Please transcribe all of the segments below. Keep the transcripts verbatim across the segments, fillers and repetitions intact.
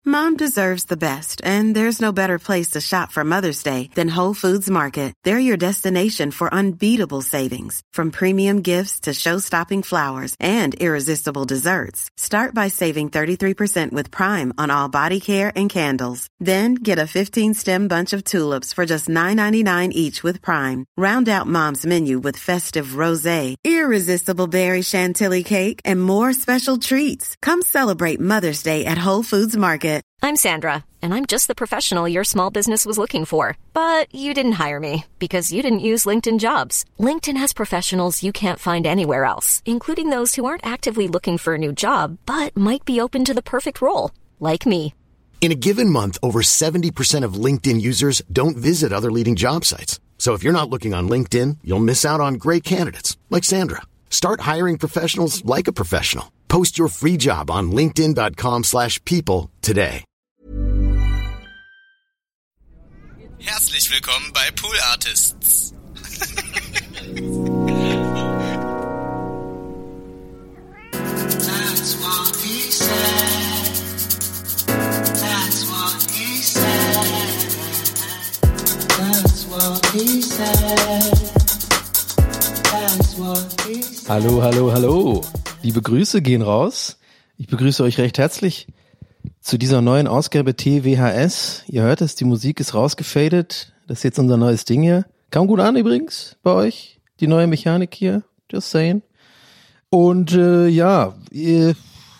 Mom deserves the best, and there's no better place to shop for Mother's Day than Whole Foods Market. They're your destination for unbeatable savings, from premium gifts to show-stopping flowers and irresistible desserts. Start by saving thirty-three percent with Prime on all body care and candles. Then get a fifteen-stem bunch of tulips for just nine ninety-nine each with Prime. Round out Mom's menu with festive rosé, irresistible berry chantilly cake, and more special treats. Come celebrate Mother's Day at Whole Foods Market. I'm Sandra, and I'm just the professional your small business was looking for. But you didn't hire me because you didn't use LinkedIn Jobs. LinkedIn has professionals you can't find anywhere else, including those who aren't actively looking for a new job, but might be open to the perfect role, like me. In a given month, over seventy percent of LinkedIn users don't visit other leading job sites. So if you're not looking on LinkedIn, you'll miss out on great candidates, like Sandra. Start hiring professionals like a professional. Post your free job on linkedin.com slash people today. Herzlich willkommen bei Pool Artists. That's what he said. That's what he said. That's what he said. That's what he said. Hallo, hallo, hallo. Liebe Grüße gehen raus. Ich begrüße euch recht herzlich zu dieser neuen Ausgabe T W H S. Ihr hört es, die Musik ist rausgefadet. Das ist jetzt unser neues Ding hier. Kam gut an übrigens bei euch, die neue Mechanik hier. Just saying. Und äh, ja, äh,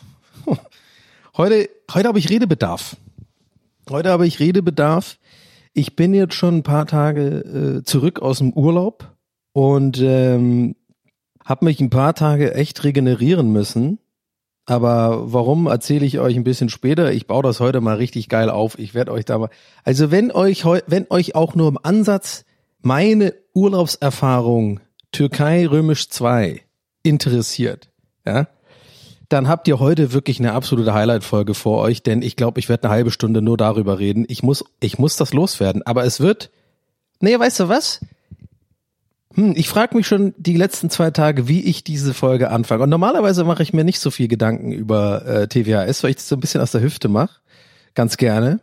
heute, heute habe ich Redebedarf. Heute habe ich Redebedarf. Ich bin jetzt schon ein paar Tage äh, zurück aus dem Urlaub und ähm, habe mich ein paar Tage echt regenerieren müssen. Aber warum, erzähle ich euch ein bisschen später. Ich baue das heute mal richtig geil auf. Ich werde euch da mal... Also wenn euch heu, wenn euch auch nur im Ansatz meine Urlaubserfahrung Türkei Römisch zwei interessiert, ja, dann habt ihr heute wirklich eine absolute Highlight-Folge vor euch, denn ich glaube, ich werde eine halbe Stunde nur darüber reden. Ich muss, ich muss das loswerden. Aber es wird... Nee, weißt du was? Hm, ich frage mich schon die letzten zwei Tage, wie ich diese Folge anfange. Und normalerweise mache ich mir nicht so viel Gedanken über äh, T W H S, weil ich das so ein bisschen aus der Hüfte mache. Ganz gerne.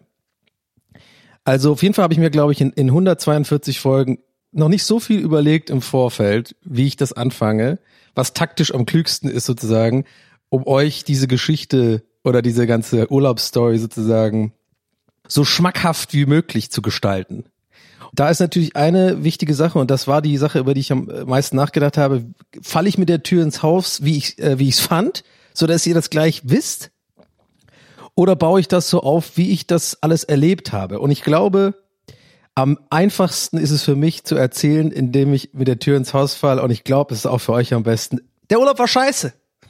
Also auf jeden Fall habe ich mir, glaube ich, in, in hundertzweiundvierzig Folgen noch nicht so viel überlegt im Vorfeld, wie ich das anfange, was taktisch am klügsten ist sozusagen, um euch diese Geschichte oder diese ganze Urlaubsstory sozusagen so schmackhaft wie möglich zu gestalten. Da ist natürlich eine wichtige Sache, und das war die Sache, über die ich am meisten nachgedacht habe. Falle ich mit der Tür ins Haus, wie ich äh, wie ich es fand, so dass ihr das gleich wisst? Oder baue ich das so auf, wie ich das alles erlebt habe? Und ich glaube, am einfachsten ist es für mich zu erzählen, indem ich mit der Tür ins Haus falle. Und ich glaube, es ist auch für euch am besten. Der Urlaub war scheiße.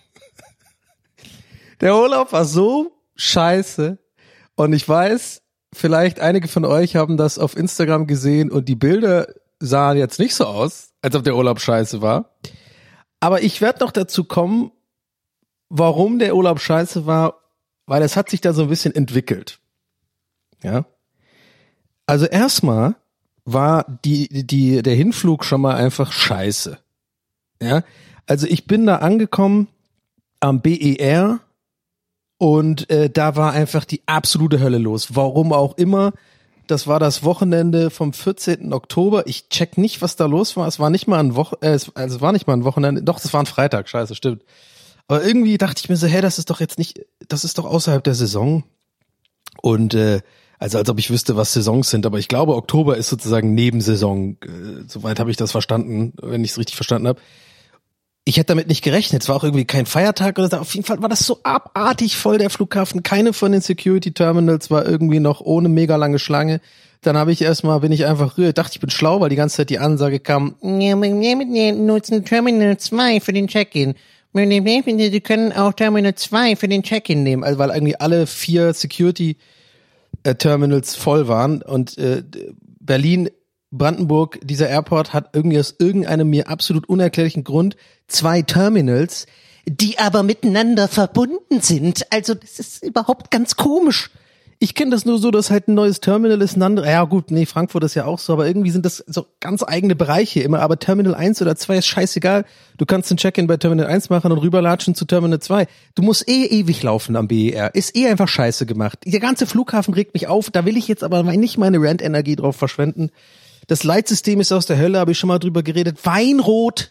Der Urlaub war so scheiße. Und ich weiß, vielleicht einige von euch haben das auf Instagram gesehen und die Bilder sahen jetzt nicht so aus, als ob der Urlaub scheiße war. Aber ich werde noch dazu kommen, warum der Urlaub scheiße war, weil es hat sich da so ein bisschen entwickelt. Ja. Also erstmal war die, die, der Hinflug schon mal einfach scheiße. Ja. Also ich bin da angekommen am B E R. Und äh, da war einfach die absolute Hölle los. Warum auch immer. Das war das Wochenende vom vierzehnten Oktober. Ich check nicht, was da los war. Es war nicht mal ein Woche, äh, es, also es war nicht mal ein Wochenende. Doch, das war ein Freitag. Scheiße, stimmt. Aber irgendwie dachte ich mir so, hä, das ist doch jetzt nicht, das ist doch außerhalb der Saison. Und äh, also als ob ich wüsste, was Saisons sind. Aber ich glaube, Oktober ist sozusagen Nebensaison. Äh, soweit habe ich das verstanden, wenn ich es richtig verstanden habe. Ich hätte damit nicht gerechnet. Es war auch irgendwie kein Feiertag oder so. Auf jeden Fall war das so abartig voll, der Flughafen. Keine von den Security Terminals war irgendwie noch ohne mega lange Schlange. Dann habe ich erstmal, bin ich einfach rühr, dachte ich bin schlau, weil die ganze Zeit die Ansage kam, nutzen Terminal zwei für den Check-in. Sie können auch Terminal zwei für den Check-in nehmen. Also weil irgendwie alle vier Security Terminals voll waren. Und äh, Berlin, Brandenburg, dieser Airport hat irgendwie aus irgendeinem mir absolut unerklärlichen Grund zwei Terminals, die aber miteinander verbunden sind. Also das ist überhaupt ganz komisch. Ich kenne das nur so, dass halt ein neues Terminal ist, ein anderes, ja gut, nee, Frankfurt ist ja auch so, aber irgendwie sind das so ganz eigene Bereiche immer, aber Terminal eins oder zwei ist scheißegal. Du kannst den Check-in bei Terminal eins machen und rüberlatschen zu Terminal zwei. Du musst eh ewig laufen am B E R. Ist eh einfach scheiße gemacht. Der ganze Flughafen regt mich auf, da will ich jetzt aber nicht meine Rant-Energie drauf verschwenden. Das Leitsystem ist aus der Hölle, habe ich schon mal drüber geredet. Weinrot.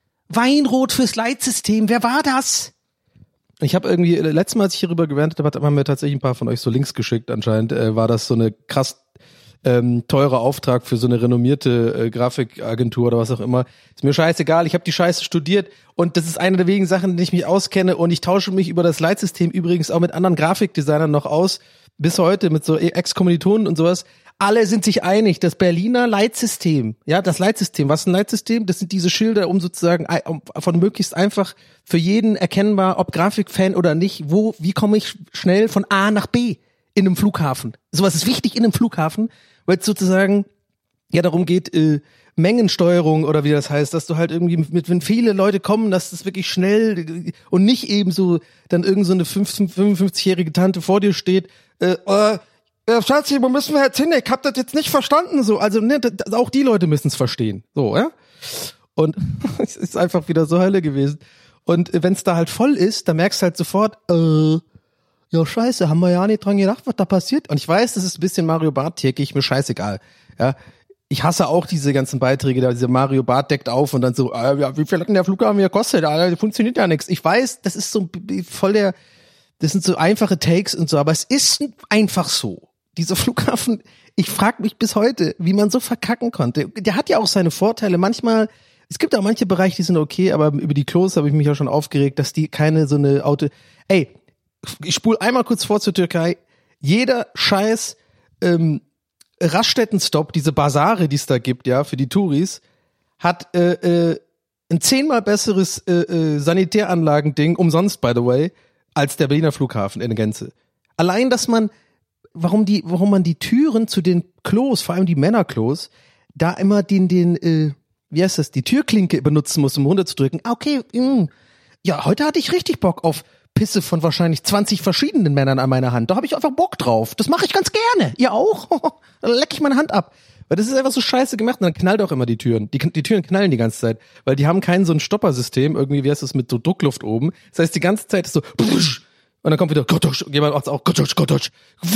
Weinrot fürs Leitsystem. Wer war das? Ich habe irgendwie, letztes Mal, als ich hierüber gerantet habe, haben mir tatsächlich ein paar von euch so Links geschickt. Anscheinend äh, war das so eine krass ähm, teurer Auftrag für so eine renommierte äh, Grafikagentur oder was auch immer. Ist mir scheißegal, ich habe die Scheiße studiert und das ist eine der wenigen Sachen, in denen ich mich auskenne und ich tausche mich über das Leitsystem übrigens auch mit anderen Grafikdesignern noch aus, bis heute mit so Ex-Kommilitonen und sowas. Alle sind sich einig, das Berliner Leitsystem, ja, das Leitsystem, was ist ein Leitsystem? Das sind diese Schilder, um sozusagen um von möglichst einfach für jeden erkennbar, ob Grafikfan oder nicht, wo, wie komme ich schnell von A nach B in einem Flughafen? Sowas ist wichtig in einem Flughafen, weil es sozusagen ja darum geht, äh, Mengensteuerung oder wie das heißt, dass du halt irgendwie mit, wenn viele Leute kommen, dass das wirklich schnell und nicht eben so dann irgend so eine fünfundfünfzigjährige Tante vor dir steht, äh, äh Ja, Schatzi, wo müssen wir jetzt hin? Ich hab das jetzt nicht verstanden, so. Also, ne, das, auch die Leute müssen es verstehen. So, ja? Und es ist einfach wieder so Hölle gewesen. Und wenn es da halt voll ist, dann merkst du halt sofort, äh, ja, scheiße, haben wir ja nicht dran gedacht, was da passiert. Und ich weiß, das ist ein bisschen Mario Barth-tägig, mir scheißegal. Ja. Ich hasse auch diese ganzen Beiträge, da diese Mario Barth deckt auf und dann so, äh, ja, wie viel hat denn der Flughafen hier kostet? Alter, funktioniert ja nichts. Ich weiß, das ist so voll der, das sind so einfache Takes und so, aber es ist einfach so. Dieser Flughafen, ich frage mich bis heute, wie man so verkacken konnte. Der hat ja auch seine Vorteile. Manchmal, es gibt auch manche Bereiche, die sind okay, aber über die Klos habe ich mich ja schon aufgeregt, dass die keine so eine Auto... Ey, ich spule einmal kurz vor zur Türkei. Jeder scheiß ähm, Raststätten-Stop, diese Basare, die es da gibt, ja, für die Touris, hat äh, äh, ein zehnmal besseres äh, äh, Sanitäranlagending, umsonst, by the way, als der Berliner Flughafen in der Gänze. Allein, dass man warum die, warum man die Türen zu den Klos, vor allem die Männerklos, da immer den, den, äh, wie heißt das, die Türklinke benutzen muss, um runterzudrücken. Ah, okay, mh. Ja, heute hatte ich richtig Bock auf Pisse von wahrscheinlich zwanzig verschiedenen Männern an meiner Hand. Da habe ich einfach Bock drauf. Das mache ich ganz gerne. Ihr auch? Dann leck ich meine Hand ab. Weil das ist einfach so scheiße gemacht und dann knallt auch immer die Türen. Die, die Türen knallen die ganze Zeit, weil die haben kein so ein Stoppersystem, irgendwie, wie heißt das, mit so Druckluft oben. Das heißt, die ganze Zeit ist so, und dann kommt wieder Gottosch, jemand macht's auch Gottosch, Gottosch,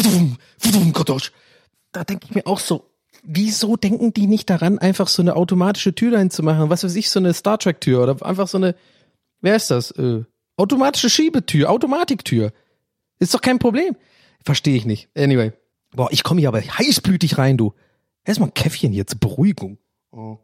Gottosch. Da denke ich mir auch so, wieso denken die nicht daran, einfach so eine automatische Tür dahin zu machen? Was weiß ich, so eine Star Trek Tür oder einfach so eine, wer ist das? Äh, automatische Schiebetür, Automatiktür. Ist doch kein Problem. Verstehe ich nicht. Anyway. Boah, ich komme hier aber heißblütig rein, du. Erstmal ein Käffchen hier zur Beruhigung. Oh.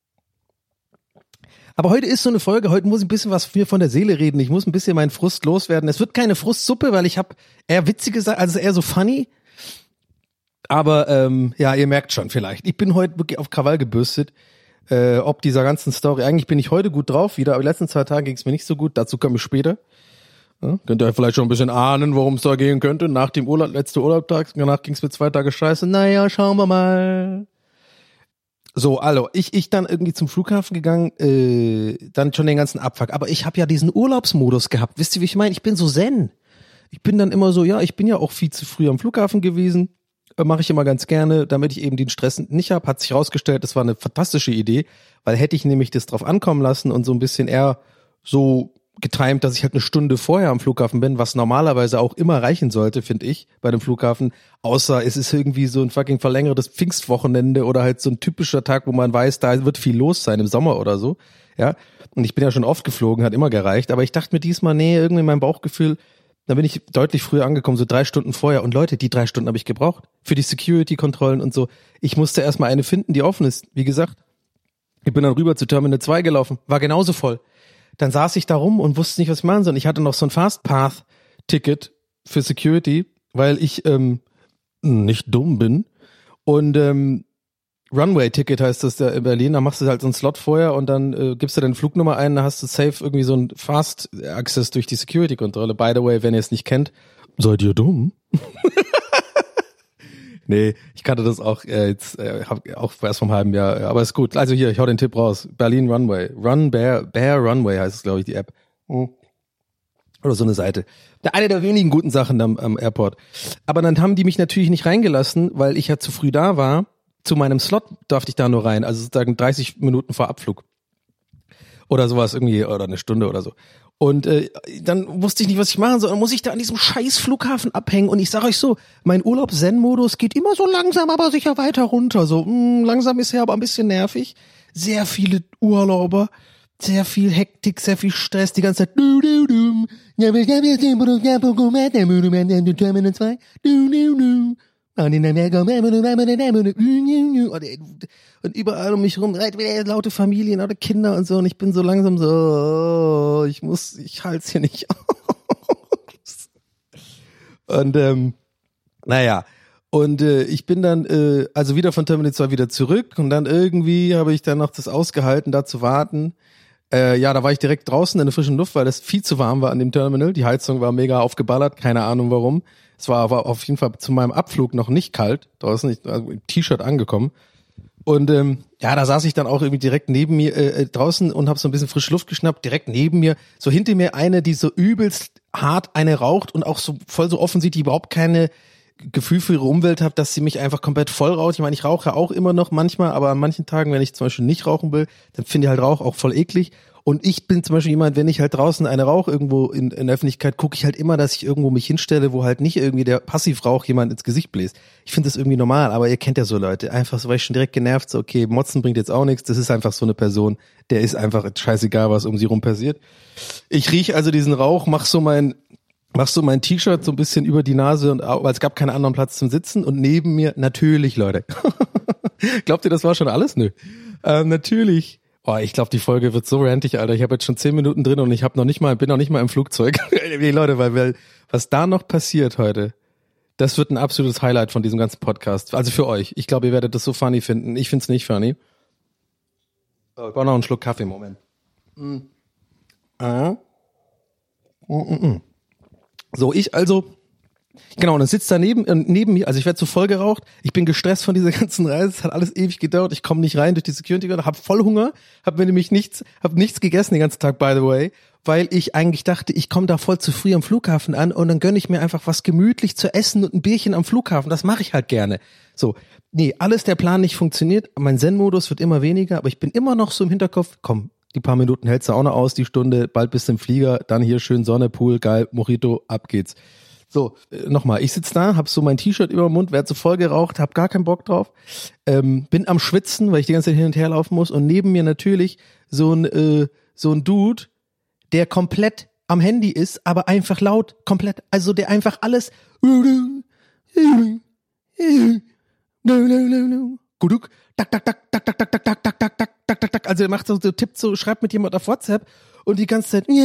Aber heute ist so eine Folge, heute muss ich ein bisschen was mir von der Seele reden. Ich muss ein bisschen meinen Frust loswerden. Es wird keine Frustsuppe, weil ich habe eher witzige Sachen, also eher so funny. Aber ähm, ja, ihr merkt schon vielleicht. Ich bin heute wirklich auf Krawall gebürstet. Äh, ob dieser ganzen Story. Eigentlich bin ich heute gut drauf wieder, aber die letzten zwei Tage ging es mir nicht so gut. Dazu komme ich später. Ja, könnt ihr vielleicht schon ein bisschen ahnen, worum es da gehen könnte. Nach dem Urlaub, letzte Urlaubtag, danach ging es mir zwei Tage scheiße. Naja, schauen wir mal. So, hallo, ich ich dann irgendwie zum Flughafen gegangen, äh, dann schon den ganzen Abfuck. Aber ich habe ja diesen Urlaubsmodus gehabt. Wisst ihr, wie ich meine? Ich bin so zen. Ich bin dann immer so, ja, ich bin ja auch viel zu früh am Flughafen gewesen. Äh, Mache ich immer ganz gerne, damit ich eben den Stress nicht habe. Hat sich rausgestellt, das war eine fantastische Idee, weil hätte ich nämlich das drauf ankommen lassen und so ein bisschen eher so getimt, dass ich halt eine Stunde vorher am Flughafen bin, was normalerweise auch immer reichen sollte, finde ich, bei dem Flughafen. Außer es ist irgendwie so ein fucking verlängertes Pfingstwochenende oder halt so ein typischer Tag, wo man weiß, da wird viel los sein im Sommer oder so. Ja. Und ich bin ja schon oft geflogen, hat immer gereicht. Aber ich dachte mir diesmal, nee, irgendwie mein Bauchgefühl, da bin ich deutlich früher angekommen, so drei Stunden vorher. Und Leute, die drei Stunden habe ich gebraucht für die Security-Kontrollen und so. Ich musste erstmal eine finden, die offen ist. Wie gesagt, ich bin dann rüber zu Terminal zwei gelaufen, war genauso voll. Dann saß ich da rum und wusste nicht, was ich machen soll. Ich hatte noch so ein Fastpath-Ticket für Security, weil ich ähm, nicht dumm bin. Und ähm, Runway-Ticket heißt das da in Berlin. Da machst du halt so einen Slot vorher und dann äh, gibst du deine Flugnummer ein, dann hast du safe irgendwie so einen Fast-Access durch die Security-Kontrolle. By the way, wenn ihr es nicht kennt, seid ihr dumm? Nee, ich kannte das auch äh, jetzt äh, hab auch erst vom halben Jahr, aber ist gut. Also hier, ich hau den Tipp raus. Berlin Runway. Run Bear, Bear Runway heißt es, glaube ich, die App. Oder so eine Seite. Eine der wenigen guten Sachen am, am Airport. Aber dann haben die mich natürlich nicht reingelassen, weil ich ja zu früh da war. Zu meinem Slot durfte ich da nur rein, also sozusagen dreißig Minuten vor Abflug. Oder sowas irgendwie, oder eine Stunde oder so. Und äh, dann wusste ich nicht, was ich machen soll. Dann muss ich da an diesem scheiß Flughafen abhängen. Und ich sage euch so, mein Urlaub-Zen-Modus geht immer so langsam, aber sicher weiter runter. So mh, langsam ist er aber ein bisschen nervig. Sehr viele Urlauber. Sehr viel Hektik, sehr viel Stress, die ganze Zeit. Du, du, du. Terminal zwei. Du, du, du. Und überall um mich rum laute Familien oder Kinder und so. Und ich bin so langsam so, oh, ich muss, ich halte es hier nicht aus. Und ähm, naja. Und äh, ich bin dann äh, also wieder von Terminal zwei wieder zurück. Und dann irgendwie habe ich dann noch das ausgehalten, da zu warten. Äh, ja, da war ich direkt draußen in der frischen Luft, weil das viel zu warm war an dem Terminal. Die Heizung war mega aufgeballert, keine Ahnung warum. Es war aber auf jeden Fall zu meinem Abflug noch nicht kalt. Draußen nicht, also im T-Shirt angekommen. Und ähm, ja, da saß ich dann auch irgendwie direkt neben mir äh, draußen und habe so ein bisschen frische Luft geschnappt. Direkt neben mir, so hinter mir eine, die so übelst hart eine raucht und auch so voll so offensichtlich überhaupt keine Gefühl für ihre Umwelt hat, dass sie mich einfach komplett voll raucht. Ich meine, ich rauche ja auch immer noch manchmal, aber an manchen Tagen, wenn ich zum Beispiel nicht rauchen will, dann finde ich halt Rauch auch voll eklig. Und ich bin zum Beispiel jemand, wenn ich halt draußen eine rauche irgendwo in, in der Öffentlichkeit, gucke ich halt immer, dass ich irgendwo mich hinstelle, wo halt nicht irgendwie der Passivrauch jemand ins Gesicht bläst. Ich finde das irgendwie normal, aber ihr kennt ja so Leute. Einfach so, weil ich schon direkt genervt, so okay, Motzen bringt jetzt auch nichts, das ist einfach so eine Person, der ist einfach scheißegal, was um sie rum passiert. Ich riech also diesen Rauch, mach so mein mach so mein T-Shirt so ein bisschen über die Nase, und weil es gab keinen anderen Platz zum Sitzen, und neben mir natürlich, Leute. Glaubt ihr, das war schon alles? Nö. Ähm, natürlich. Oh, ich glaube, die Folge wird so rantig, Alter. Ich habe jetzt schon zehn Minuten drin und ich habe noch nicht mal, bin noch nicht mal im Flugzeug. Hey, Leute, weil, weil was da noch passiert heute, das wird ein absolutes Highlight von diesem ganzen Podcast. Also für euch. Ich glaube, ihr werdet das so funny finden. Ich find's nicht funny. Oh, ich brauche noch einen Schluck Kaffee, Moment. Mm. Ah. Mm, mm, mm. So, ich also, genau, und dann sitzt da neben, äh, neben mir, also ich werde so voll geraucht, ich bin gestresst von dieser ganzen Reise, es hat alles ewig gedauert, ich komme nicht rein durch die Security, hab voll Hunger, hab mir nämlich nichts, hab nichts gegessen den ganzen Tag, by the way, weil ich eigentlich dachte, ich komme da voll zu früh am Flughafen an und dann gönne ich mir einfach was gemütlich zu essen und ein Bierchen am Flughafen, das mache ich halt gerne. So, nee, alles der Plan nicht funktioniert, mein Zen-Modus wird immer weniger, aber ich bin immer noch so im Hinterkopf, komm, die paar Minuten hältst du auch noch aus, die Stunde, bald bist du im Flieger, dann hier schön Sonne, Pool, geil, Mojito, ab geht's. So, äh, nochmal, ich sitz da, hab so mein T-Shirt über dem Mund, werd so voll geraucht, hab gar keinen Bock drauf, ähm, bin am Schwitzen, weil ich die ganze Zeit hin und her laufen muss, und neben mir natürlich so ein, äh, so ein Dude, der komplett am Handy ist, aber einfach laut, komplett, also der einfach alles Guduk, tak, tak, tak, tak, tak, tak, tak, tak, tak, tak, tak, tak, tak, tak, also er macht so, so tippt so, schreibt mit jemand auf WhatsApp und die ganze Zeit,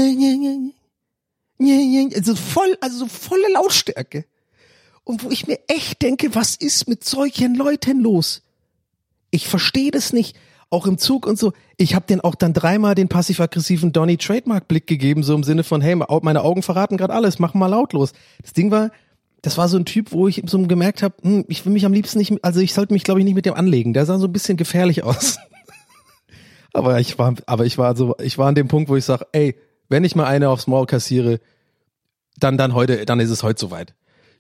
also voll, also so volle Lautstärke. Und wo ich mir echt denke, was ist mit solchen Leuten los? Ich verstehe das nicht. Auch im Zug und so. Ich habe den auch dann dreimal den passiv-aggressiven Donny Trademark-Blick gegeben, so im Sinne von, hey, meine Augen verraten gerade alles, mach mal lautlos. Das Ding war, das war so ein Typ, wo ich so gemerkt habe, hm, ich will mich am liebsten nicht, also ich sollte mich, glaube ich, nicht mit dem anlegen. Der sah so ein bisschen gefährlich aus. aber ich war, aber ich war so, ich war an dem Punkt, wo ich sage, ey, wenn ich mal eine aufs Maul kassiere, dann, dann heute, dann ist es heute soweit.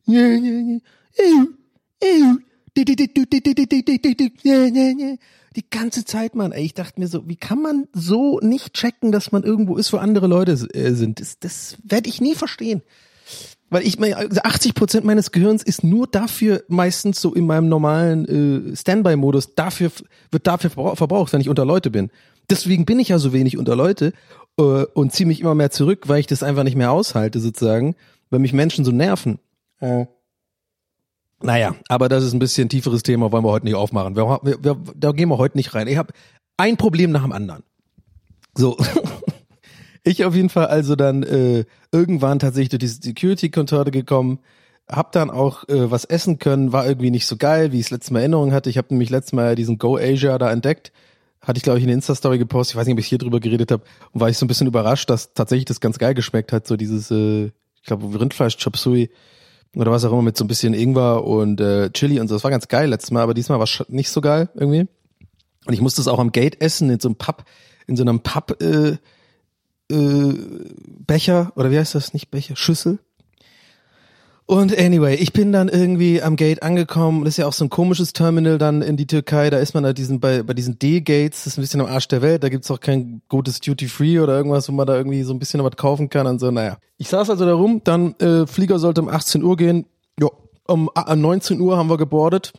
Die ganze Zeit, Mann, ey, ich dachte mir so, wie kann man so nicht checken, dass man irgendwo ist, wo andere Leute äh, sind? Das, das werde ich nie verstehen. Weil ich meine, also achtzig Prozent meines Gehirns ist nur dafür meistens so in meinem normalen äh, Standby-Modus, dafür wird dafür verbraucht, wenn ich unter Leute bin. Deswegen bin ich ja so wenig unter Leute äh, und ziehe mich immer mehr zurück, weil ich das einfach nicht mehr aushalte sozusagen, weil mich Menschen so nerven. Äh. Naja, aber das ist ein bisschen tieferes Thema, wollen wir heute nicht aufmachen. Wir, wir, wir, da gehen wir heute nicht rein. Ich habe ein Problem nach dem anderen. So, ich auf jeden Fall also dann äh, irgendwann tatsächlich durch diese Security-Kontrolle gekommen, hab dann auch äh, was essen können, war irgendwie nicht so geil, wie ich es letztes Mal Erinnerung hatte. Ich habe nämlich letztes Mal diesen Go Asia da entdeckt, hatte ich glaube ich in der Insta-Story gepostet, ich weiß nicht, ob ich hier drüber geredet habe, und war ich so ein bisschen überrascht, dass tatsächlich das ganz geil geschmeckt hat, so dieses, äh, ich glaube Rindfleisch Chop Suey oder was auch immer mit so ein bisschen Ingwer und äh, Chili und so. Das war ganz geil letztes Mal, aber diesmal war es nicht so geil irgendwie. Und ich musste es auch am Gate essen, in so einem Pub, in so einem Pub, äh, äh, Becher, oder wie heißt das, nicht Becher, Schüssel. Und anyway, ich bin dann irgendwie am Gate angekommen. Das ist ja auch so ein komisches Terminal dann in die Türkei. Da ist man halt diesen, bei, bei diesen D-Gates, das ist ein bisschen am Arsch der Welt. Da gibt's auch kein gutes Duty-Free oder irgendwas, wo man da irgendwie so ein bisschen was kaufen kann. Und so, naja. Ich saß also da rum, dann äh, Flieger sollte um achtzehn Uhr gehen. Ja, um äh, neunzehn Uhr haben wir gebordet.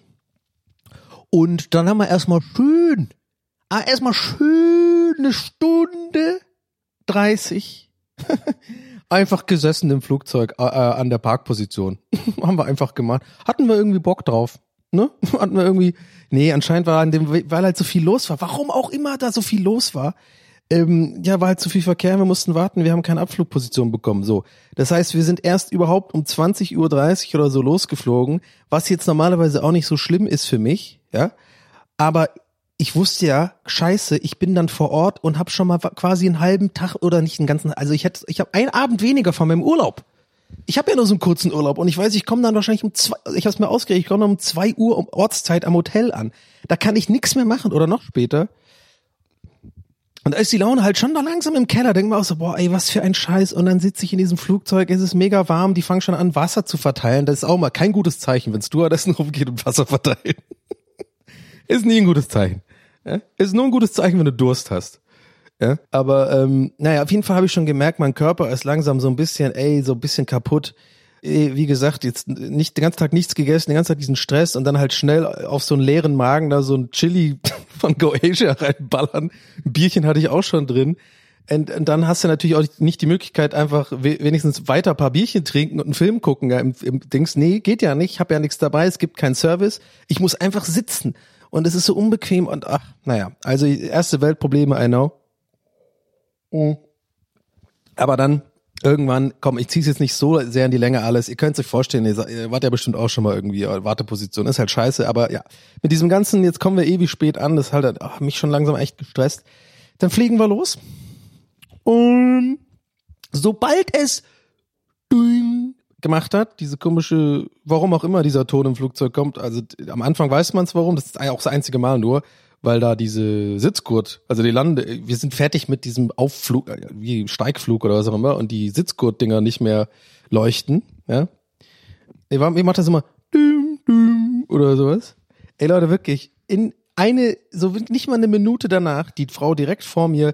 Und dann haben wir erstmal schön, ah, erstmal schön eine Stunde dreißig einfach gesessen im Flugzeug äh, an der Parkposition. Haben wir einfach gemacht. Hatten wir irgendwie Bock drauf. Ne? Hatten wir irgendwie. Nee, anscheinend war an dem, weil halt so viel los war. Warum auch immer da so viel los war. Ähm, ja, war halt zu viel Verkehr, wir mussten warten, wir haben keine Abflugposition bekommen. So. Das heißt, wir sind erst überhaupt um zwanzig Uhr dreißig oder so losgeflogen, was jetzt normalerweise auch nicht so schlimm ist für mich, ja. Aber ich wusste ja, scheiße, ich bin dann vor Ort und habe schon mal quasi einen halben Tag oder nicht einen ganzen, also ich hätte, ich habe einen Abend weniger von meinem Urlaub. Ich habe ja nur so einen kurzen Urlaub und ich weiß, ich komme dann wahrscheinlich um zwei, ich habe es mir ausgerechnet, ich komme dann um zwei Uhr um Ortszeit am Hotel an. Da kann ich nichts mehr machen oder noch später. Und da ist die Laune halt schon da langsam im Keller, denkt man auch so, boah, ey, was für ein Scheiß. Und dann sitze ich in diesem Flugzeug, es ist mega warm, die fangen schon an, Wasser zu verteilen. Das ist auch mal kein gutes Zeichen, wenn Stewardessen rumgeht und Wasser verteilen. Ist nie ein gutes Zeichen. Ja? Ist nur ein gutes Zeichen, wenn du Durst hast. Ja? Aber ähm, naja, auf jeden Fall habe ich schon gemerkt, mein Körper ist langsam so ein bisschen, ey, so ein bisschen kaputt. Wie gesagt, jetzt nicht den ganzen Tag nichts gegessen, den ganzen Tag diesen Stress und dann halt schnell auf so einen leeren Magen da so ein Chili von GoAsia reinballern. Ein Bierchen hatte ich auch schon drin. Und, und dann hast du natürlich auch nicht die Möglichkeit, einfach wenigstens weiter ein paar Bierchen trinken und einen Film gucken. Ja, im, im Dings, nee, geht ja nicht, ich habe ja nichts dabei, es gibt keinen Service. Ich muss einfach sitzen. Und es ist so unbequem und ach, naja, also erste Weltprobleme, I know. Mhm. Aber dann irgendwann, komm, ich zieh's jetzt nicht so sehr in die Länge alles. Ihr könnt es euch vorstellen, ihr, ihr wart ja bestimmt auch schon mal irgendwie, Warteposition ist halt scheiße, aber ja. Mit diesem Ganzen, jetzt kommen wir ewig spät an, das hat halt ach, mich schon langsam echt gestresst. Dann fliegen wir los. Und sobald es gemacht hat, diese komische, warum auch immer dieser Ton im Flugzeug kommt, also am Anfang weiß man es warum, das ist auch das einzige Mal nur, weil da diese Sitzgurt, also die Lande, wir sind fertig mit diesem Aufflug, wie Steigflug oder was auch immer, und die Sitzgurt-Dinger nicht mehr leuchten, ja. Wie macht das immer? Düm, düm, oder sowas? Ey Leute, wirklich, in eine, so nicht mal eine Minute danach, die Frau direkt vor mir,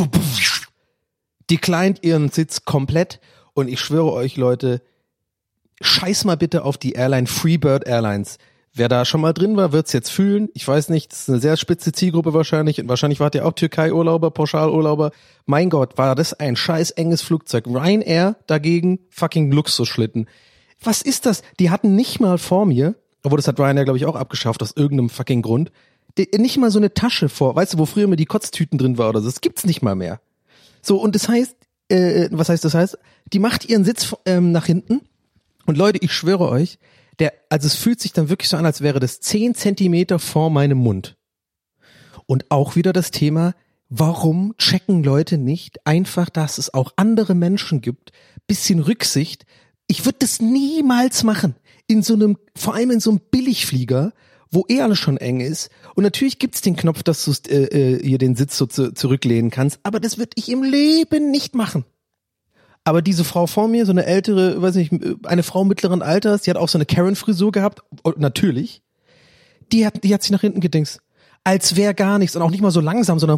declined ihren Sitz komplett, und ich schwöre euch, Leute, scheiß mal bitte auf die Airline Freebird Airlines. Wer da schon mal drin war, wird's jetzt fühlen. Ich weiß nicht, das ist eine sehr spitze Zielgruppe wahrscheinlich. Und wahrscheinlich wart ihr auch Türkei-Urlauber, Pauschalurlauber. Mein Gott, war das ein scheiß enges Flugzeug. Ryanair dagegen fucking Luxusschlitten. Was ist das? Die hatten nicht mal vor mir, obwohl das hat Ryanair, glaube ich, auch abgeschafft aus irgendeinem fucking Grund, die, nicht mal so eine Tasche vor. Weißt du, wo früher immer die Kotztüten drin war oder so. Das gibt's nicht mal mehr. So, und das heißt, äh, was heißt das heißt? Die macht ihren Sitz ähm, nach hinten. Und Leute, ich schwöre euch, der, also es fühlt sich dann wirklich so an, als wäre das zehn Zentimeter vor meinem Mund. Und auch wieder das Thema, warum checken Leute nicht einfach, dass es auch andere Menschen gibt? Bisschen Rücksicht. Ich würde das niemals machen. In so einem, vor allem in so einem Billigflieger, wo eh alles schon eng ist. Und natürlich gibt's den Knopf, dass du äh, hier den Sitz so zu, zurücklehnen kannst. Aber das würde ich im Leben nicht machen. Aber diese Frau vor mir, so eine ältere, weiß nicht, eine Frau mittleren Alters, die hat auch so eine Karen-Frisur gehabt, und natürlich, die hat, die hat sich nach hinten gedingst, als wäre gar nichts, und auch nicht mal so langsam, sondern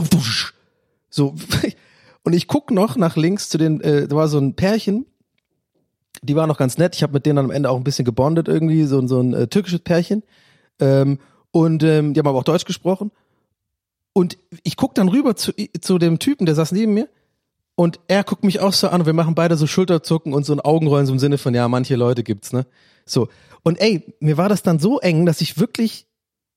so. Und ich guck noch nach links zu den, äh, da war so ein Pärchen, die war noch ganz nett, ich habe mit denen dann am Ende auch ein bisschen gebondet irgendwie, so, so ein äh, türkisches Pärchen, ähm, und ähm, die haben aber auch Deutsch gesprochen, und ich guck dann rüber zu, zu dem Typen, der saß neben mir, und er guckt mich auch so an und wir machen beide so Schulterzucken und so ein Augenrollen so im Sinne von, ja, manche Leute gibt's, ne? So. Und ey, mir war das dann so eng, dass ich wirklich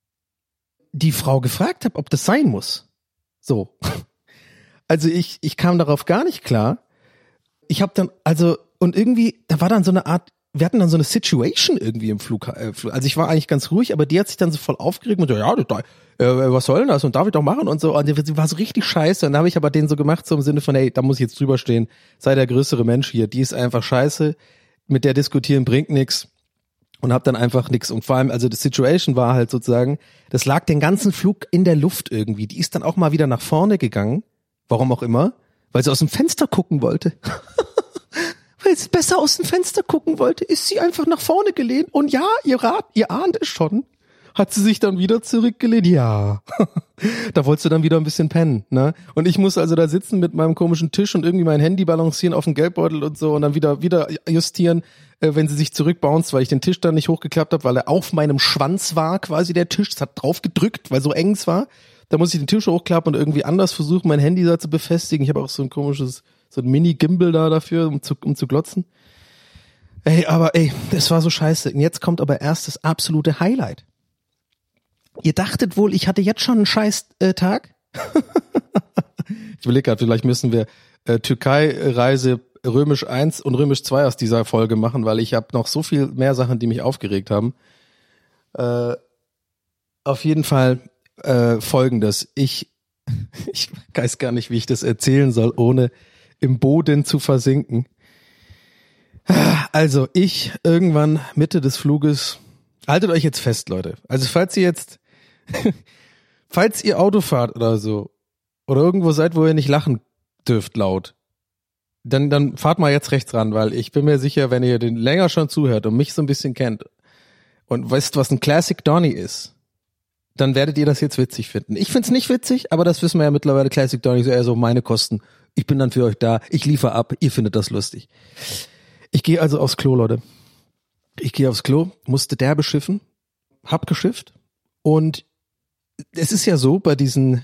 die Frau gefragt habe, ob das sein muss. So. Also ich, ich kam darauf gar nicht klar. Ich habe dann, also, und irgendwie, da war dann so eine Art, wir hatten dann so eine Situation irgendwie im Flug, äh, also ich war eigentlich ganz ruhig, aber die hat sich dann so voll aufgeregt und so, ja, da, äh, was soll denn das und darf ich doch machen und so, und sie war so richtig scheiße, und dann habe ich aber den so gemacht, so im Sinne von, hey, da muss ich jetzt drüber stehen, sei der größere Mensch hier, die ist einfach scheiße, mit der diskutieren bringt nix, und hab dann einfach nix, und vor allem, also die Situation war halt sozusagen, das lag den ganzen Flug in der Luft irgendwie, die ist dann auch mal wieder nach vorne gegangen, warum auch immer, weil sie aus dem Fenster gucken wollte. Weil sie besser aus dem Fenster gucken wollte, ist sie einfach nach vorne gelehnt. Und ja, ihr Rat, ihr ahnt es schon. Hat sie sich dann wieder zurückgelehnt? Ja. Da wolltest du dann wieder ein bisschen pennen, ne? Und ich muss also da sitzen mit meinem komischen Tisch und irgendwie mein Handy balancieren auf dem Geldbeutel und so und dann wieder wieder justieren, äh, wenn sie sich zurückbounced, weil ich den Tisch dann nicht hochgeklappt habe, weil er auf meinem Schwanz war, quasi der Tisch. Es hat drauf gedrückt, weil so eng es war. Da muss ich den Tisch hochklappen und irgendwie anders versuchen, mein Handy da zu befestigen. Ich habe auch so ein komisches, so ein Mini-Gimbal da dafür, um zu, um zu glotzen. Ey, aber ey, das war so scheiße. Und jetzt kommt aber erst das absolute Highlight. Ihr dachtet wohl, ich hatte jetzt schon einen scheiß äh, Tag? Ich überlege gerade, vielleicht müssen wir äh, Türkei-Reise Römisch eins und Römisch zwei aus dieser Folge machen, weil ich habe noch so viel mehr Sachen, die mich aufgeregt haben. Äh, auf jeden Fall äh, Folgendes. Ich, ich weiß gar nicht, wie ich das erzählen soll, ohne im Boden zu versinken. Also ich irgendwann Mitte des Fluges, haltet euch jetzt fest, Leute. Also falls ihr jetzt, falls ihr Auto fahrt oder so, oder irgendwo seid, wo ihr nicht lachen dürft laut, dann, dann fahrt mal jetzt rechts ran, weil ich bin mir sicher, wenn ihr den länger schon zuhört und mich so ein bisschen kennt und wisst, was ein Classic Donny ist, dann werdet ihr das jetzt witzig finden. Ich find's nicht witzig, aber das wissen wir ja mittlerweile, Classic Donny ist eher so meine Kosten. Ich bin dann für euch da, ich liefere ab, ihr findet das lustig. Ich gehe also aufs Klo, Leute. Ich gehe aufs Klo, musste derbe schiffen, hab geschifft und es ist ja so bei diesen,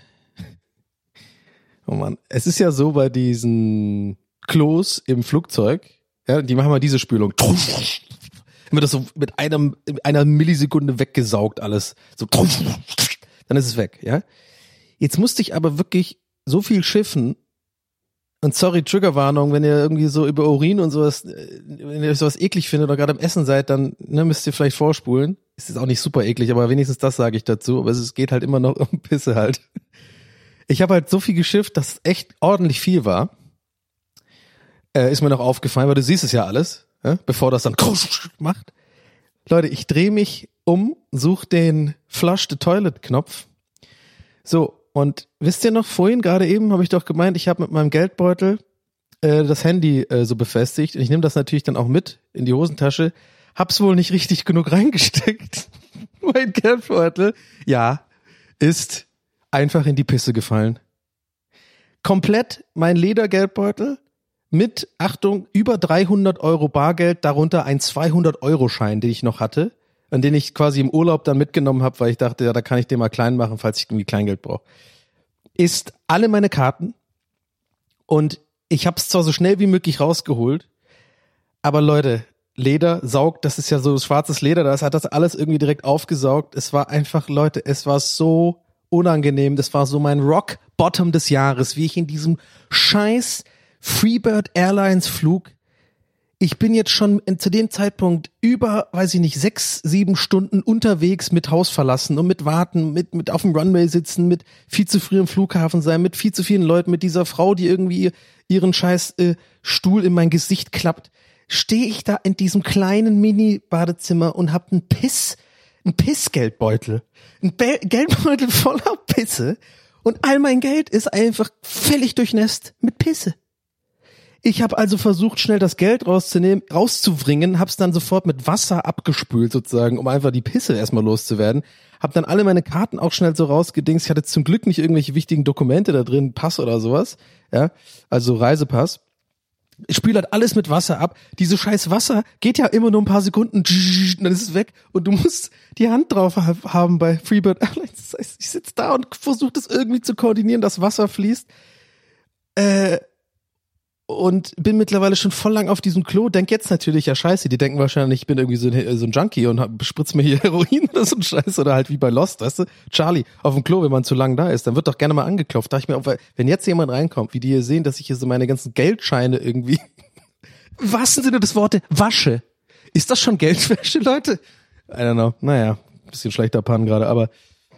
oh Mann, es ist ja so bei diesen Klos im Flugzeug, ja, die machen mal diese Spülung. Dann wird das so mit einem, einer Millisekunde weggesaugt alles. So, dann ist es weg, ja. Jetzt musste ich aber wirklich so viel schiffen. Und sorry, Triggerwarnung, wenn ihr irgendwie so über Urin und sowas, wenn ihr sowas eklig findet oder gerade am Essen seid, dann ne, müsst ihr vielleicht vorspulen. Es ist auch nicht super eklig, aber wenigstens das sage ich dazu. Aber es geht halt immer noch um Pisse halt. Ich habe halt so viel geschifft, dass es echt ordentlich viel war. Äh, ist mir noch aufgefallen, weil du siehst es ja alles, ja, bevor das dann macht. Leute, ich drehe mich um, suche den Flush the Toilet Knopf. So. Und wisst ihr noch, vorhin gerade eben habe ich doch gemeint, ich habe mit meinem Geldbeutel äh, das Handy äh, so befestigt. Und ich nehme das natürlich dann auch mit in die Hosentasche. Hab's wohl nicht richtig genug reingesteckt. Mein Geldbeutel, ja, ist einfach in die Pisse gefallen. Komplett mein Ledergeldbeutel mit, Achtung, über dreihundert Euro Bargeld, darunter ein zweihundert-Euro-Schein, den ich noch hatte. An den ich quasi im Urlaub dann mitgenommen habe, weil ich dachte, ja, da kann ich den mal klein machen, falls ich irgendwie Kleingeld brauche. Ist alle meine Karten und ich habe es zwar so schnell wie möglich rausgeholt, aber Leute, Leder saugt, das ist ja so schwarzes Leder, das hat das alles irgendwie direkt aufgesaugt. Es war einfach, Leute, es war so unangenehm, das war so mein Rock Bottom des Jahres, wie ich in diesem scheiß Freebird Airlines Flug. Ich bin jetzt schon in, zu dem Zeitpunkt über, weiß ich nicht, sechs, sieben Stunden unterwegs mit Haus verlassen und mit Warten, mit mit auf dem Runway sitzen, mit viel zu früh im Flughafen sein, mit viel zu vielen Leuten, mit dieser Frau, die irgendwie ihren scheiß äh, Stuhl in mein Gesicht klappt. Stehe ich da in diesem kleinen Mini-Badezimmer und hab einen Piss, einen Pissgeldbeutel, einen Be- Geldbeutel voller Pisse und all mein Geld ist einfach völlig durchnässt mit Pisse. Ich habe also versucht, schnell das Geld rauszunehmen, rauszubringen, hab's dann sofort mit Wasser abgespült sozusagen, um einfach die Pisse erstmal loszuwerden. Hab dann alle meine Karten auch schnell so rausgedingst. Ich hatte zum Glück nicht irgendwelche wichtigen Dokumente da drin, Pass oder sowas, ja, also Reisepass. Ich spüle halt alles mit Wasser ab. Diese scheiß Wasser geht ja immer nur ein paar Sekunden, dann ist es weg und du musst die Hand drauf haben bei Freebird Airlines. Das heißt, ich sitze da und versuche das irgendwie zu koordinieren, dass Wasser fließt. Äh, Und bin mittlerweile schon voll lang auf diesem Klo. Denk jetzt natürlich, ja scheiße, die denken wahrscheinlich, ich bin irgendwie so ein, so ein Junkie und hab, spritz mir hier Heroin oder so ein Scheiß. Oder halt wie bei Lost, weißt du? Charlie, auf dem Klo, wenn man zu lang da ist, dann wird doch gerne mal angeklopft. Da ich mir, wenn jetzt jemand reinkommt, wie die hier sehen, dass ich hier so meine ganzen Geldscheine irgendwie, im wahrsten Sinne des Wortes, wasche. Ist das schon Geldwäsche, Leute? I don't know. Naja, bisschen schlechter Pan gerade, aber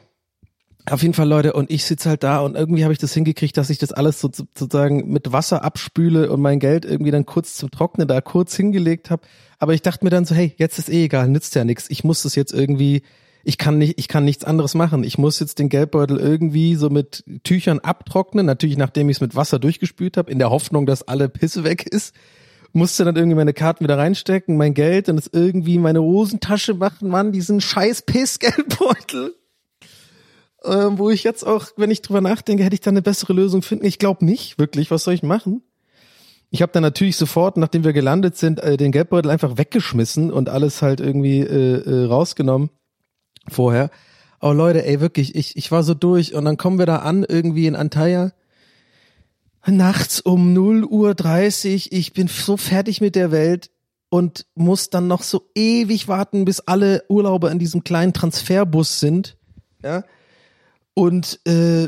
auf jeden Fall, Leute, und ich sitze halt da und irgendwie habe ich das hingekriegt, dass ich das alles so, sozusagen mit Wasser abspüle und mein Geld irgendwie dann kurz zum Trocknen da kurz hingelegt habe. Aber ich dachte mir dann so, hey, jetzt ist eh egal, nützt ja nichts. Ich muss das jetzt irgendwie, ich kann nicht, ich kann nichts anderes machen. Ich muss jetzt den Geldbeutel irgendwie so mit Tüchern abtrocknen, natürlich nachdem ich es mit Wasser durchgespült habe, in der Hoffnung, dass alle Pisse weg ist. Musste dann irgendwie meine Karten wieder reinstecken, mein Geld und es irgendwie in meine Hosentasche machen, Mann, diesen scheiß Piss-Geldbeutel. Ähm, wo ich jetzt auch, wenn ich drüber nachdenke, hätte ich da eine bessere Lösung finden. Ich glaube nicht, wirklich. Was soll ich machen? Ich habe dann natürlich sofort, nachdem wir gelandet sind, äh, den Geldbeutel einfach weggeschmissen und alles halt irgendwie äh, äh, rausgenommen vorher. Oh Leute, ey, wirklich, ich ich war so durch und dann kommen wir da an, irgendwie in Antalya. Nachts um null Uhr dreißig, ich bin so fertig mit der Welt und muss dann noch so ewig warten, bis alle Urlauber in diesem kleinen Transferbus sind. Ja. Und äh,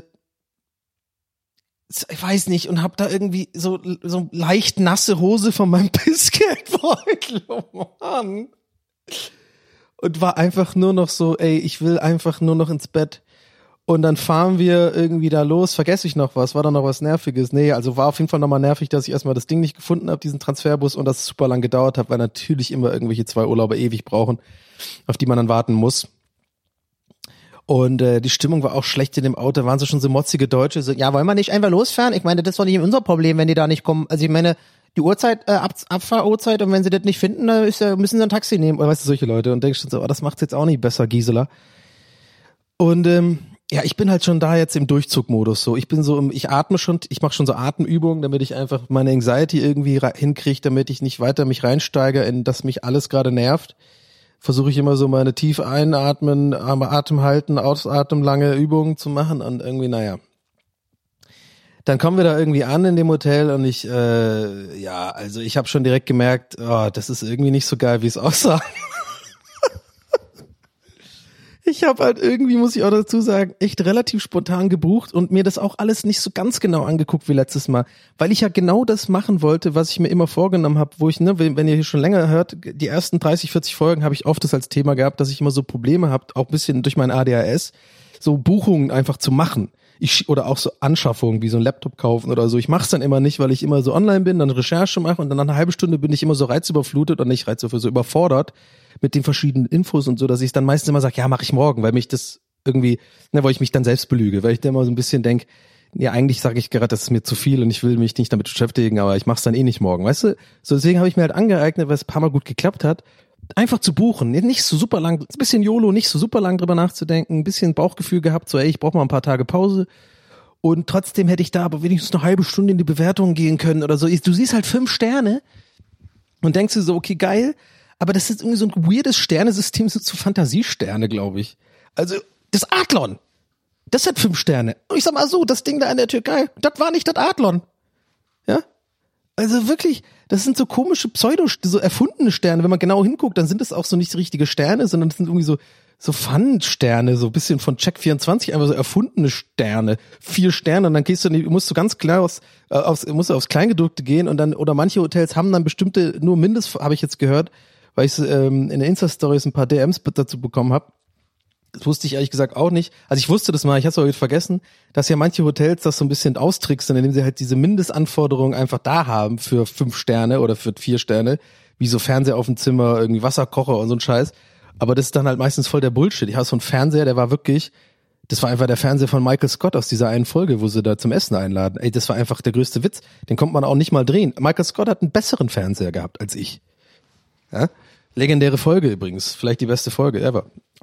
ich weiß nicht, und hab da irgendwie so so leicht nasse Hose von meinem Pissgeldbeutel. Oh Mann. Und war einfach nur noch so, ey, ich will einfach nur noch ins Bett. Und dann fahren wir irgendwie da los. Vergesse ich noch was? War da noch was Nerviges? Nee, also war auf jeden Fall nochmal nervig, dass ich erstmal das Ding nicht gefunden habe, diesen Transferbus, und das super lang gedauert hat, weil natürlich immer irgendwelche zwei Urlauber ewig brauchen, auf die man dann warten muss. Und äh, die Stimmung war auch schlecht in dem Auto. Da waren so schon so motzige Deutsche. So, ja, wollen wir nicht einfach losfahren? Ich meine, das ist doch nicht unser Problem, wenn die da nicht kommen. Also ich meine, die Uhrzeit, äh, Ab- Abfahruhrzeit, und wenn sie das nicht finden, dann ist ja, müssen sie ein Taxi nehmen. Oder weißt du, solche Leute. Und denkst du so, oh, das macht's jetzt auch nicht besser, Gisela. Und ähm, ja, ich bin halt schon da jetzt im Durchzugmodus so. Ich bin so, im, ich atme schon, ich mache schon so Atemübungen, damit ich einfach meine Anxiety irgendwie ra- hinkriege, damit ich nicht weiter mich reinsteige, in dass mich alles gerade nervt. Versuche ich immer so meine tief einatmen, Atem halten, ausatmen, lange Übungen zu machen und irgendwie, naja. Dann kommen wir da irgendwie an in dem Hotel und ich, äh, ja, also ich habe schon direkt gemerkt, oh, das ist irgendwie nicht so geil, wie es aussah. Ich habe halt irgendwie, muss ich auch dazu sagen, echt relativ spontan gebucht und mir das auch alles nicht so ganz genau angeguckt wie letztes Mal, weil ich ja genau das machen wollte, was ich mir immer vorgenommen habe, wo ich, ne, wenn ihr hier schon länger hört, die ersten dreißig, vierzig Folgen habe ich oft das als Thema gehabt, dass ich immer so Probleme habe, auch ein bisschen durch mein A D H S, so Buchungen einfach zu machen. Ich, oder auch so Anschaffungen, wie so ein Laptop kaufen oder so. Ich mache es dann immer nicht, weil ich immer so online bin, dann Recherche mache und dann nach einer halben Stunde bin ich immer so reizüberflutet und nicht reizüberflutet, so überfordert mit den verschiedenen Infos und so, dass ich dann meistens immer sage, ja, mache ich morgen, weil mich das irgendwie, ne, weil ich mich dann selbst belüge, weil ich dann immer so ein bisschen denk, ja, eigentlich sage ich gerade, das ist mir zu viel und ich will mich nicht damit beschäftigen, aber ich mache es dann eh nicht morgen, weißt du? So, deswegen habe ich mir halt angeeignet, weil es ein paar Mal gut geklappt hat, einfach zu buchen, nicht so super lang, ein bisschen YOLO, nicht so super lang drüber nachzudenken, ein bisschen Bauchgefühl gehabt, so ey, ich brauche mal ein paar Tage Pause und trotzdem hätte ich da aber wenigstens eine halbe Stunde in die Bewertung gehen können oder so. Du siehst halt fünf Sterne und denkst dir so, okay, geil, aber das ist irgendwie so ein weirdes Sternesystem, so zu Fantasiesterne, glaube ich. Also das Adlon, das hat fünf Sterne. Und ich sag mal so, das Ding da in der Türkei, das war nicht das Adlon. Ja? Also wirklich, das sind so komische Pseudo, so erfundene Sterne. Wenn man genau hinguckt, dann sind das auch so nicht richtige Sterne, sondern das sind irgendwie so so Fun-Sterne, so ein bisschen von Check vierundzwanzig, einfach so erfundene Sterne. Vier Sterne und dann gehst du, musst du ganz klar aufs, äh, aufs, musst du aufs Kleingedruckte gehen und dann, oder manche Hotels haben dann bestimmte, nur Mindest, habe ich jetzt gehört, weil ich ähm, in den Insta-Stories ein paar D Ms dazu bekommen habe. Das wusste ich ehrlich gesagt auch nicht. Also ich wusste das mal, ich habe es aber wieder vergessen, dass ja manche Hotels das so ein bisschen austricksen, indem sie halt diese Mindestanforderungen einfach da haben für fünf Sterne oder für vier Sterne, wie so Fernseher auf dem Zimmer, irgendwie Wasserkocher und so ein Scheiß. Aber das ist dann halt meistens voll der Bullshit. Ich habe so einen Fernseher, der war wirklich, das war einfach der Fernseher von Michael Scott aus dieser einen Folge, wo sie da zum Essen einladen. Ey, das war einfach der größte Witz. Den konnte man auch nicht mal drehen. Michael Scott hat einen besseren Fernseher gehabt als ich. Ja? Legendäre Folge übrigens. Vielleicht die beste Folge ever.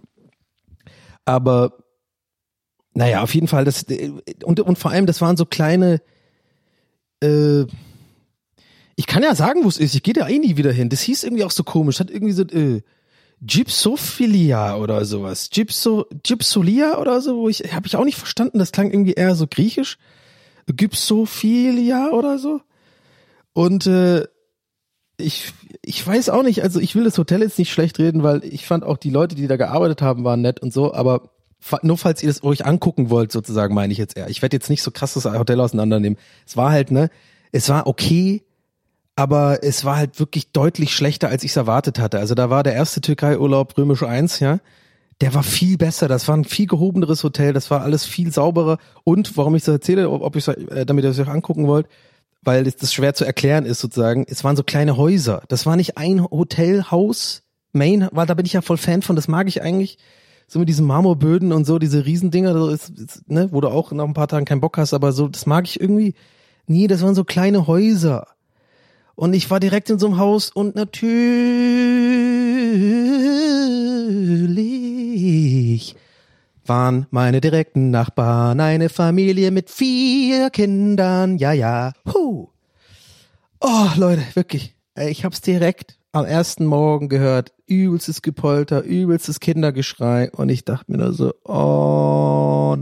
Aber, naja, auf jeden Fall, das, und, und vor allem, das waren so kleine, äh, ich kann ja sagen, wo es ist, ich gehe da eh nie wieder hin. Das hieß irgendwie auch so komisch, hat irgendwie so, äh, Gypsophilia oder sowas. Gypso, Gypsolia oder so, wo ich, habe ich auch nicht verstanden, das klang irgendwie eher so griechisch. Gypsophilia oder so. Und, äh, ich, ich weiß auch nicht, also ich will das Hotel jetzt nicht schlecht reden, weil ich fand auch die Leute, die da gearbeitet haben, waren nett und so, aber nur falls ihr das euch angucken wollt, sozusagen, meine ich jetzt eher. Ich werde jetzt nicht so krass das Hotel auseinandernehmen. Es war halt, ne, es war okay, aber es war halt wirklich deutlich schlechter, als ich es erwartet hatte. Also da war der erste Türkei-Urlaub Römisch eins, ja, der war viel besser, das war ein viel gehobeneres Hotel, das war alles viel sauberer und, warum ich das erzähle, ob ich damit ihr es euch angucken wollt, weil das schwer zu erklären ist sozusagen, es waren so kleine Häuser. Das war nicht ein Hotelhaus, Main, weil da bin ich ja voll Fan von, das mag ich eigentlich, so mit diesen Marmorböden und so, diese Riesendinger, so ist, ist, ne, wo du auch nach ein paar Tagen keinen Bock hast, aber so, das mag ich irgendwie nie, das waren so kleine Häuser. Und ich war direkt in so einem Haus und natürlich waren meine direkten Nachbarn eine Familie mit vier Kindern, ja, ja, huh. Oh, Leute, wirklich, ich hab's direkt am ersten Morgen gehört, übelstes Gepolter, übelstes Kindergeschrei und ich dachte mir nur so, oh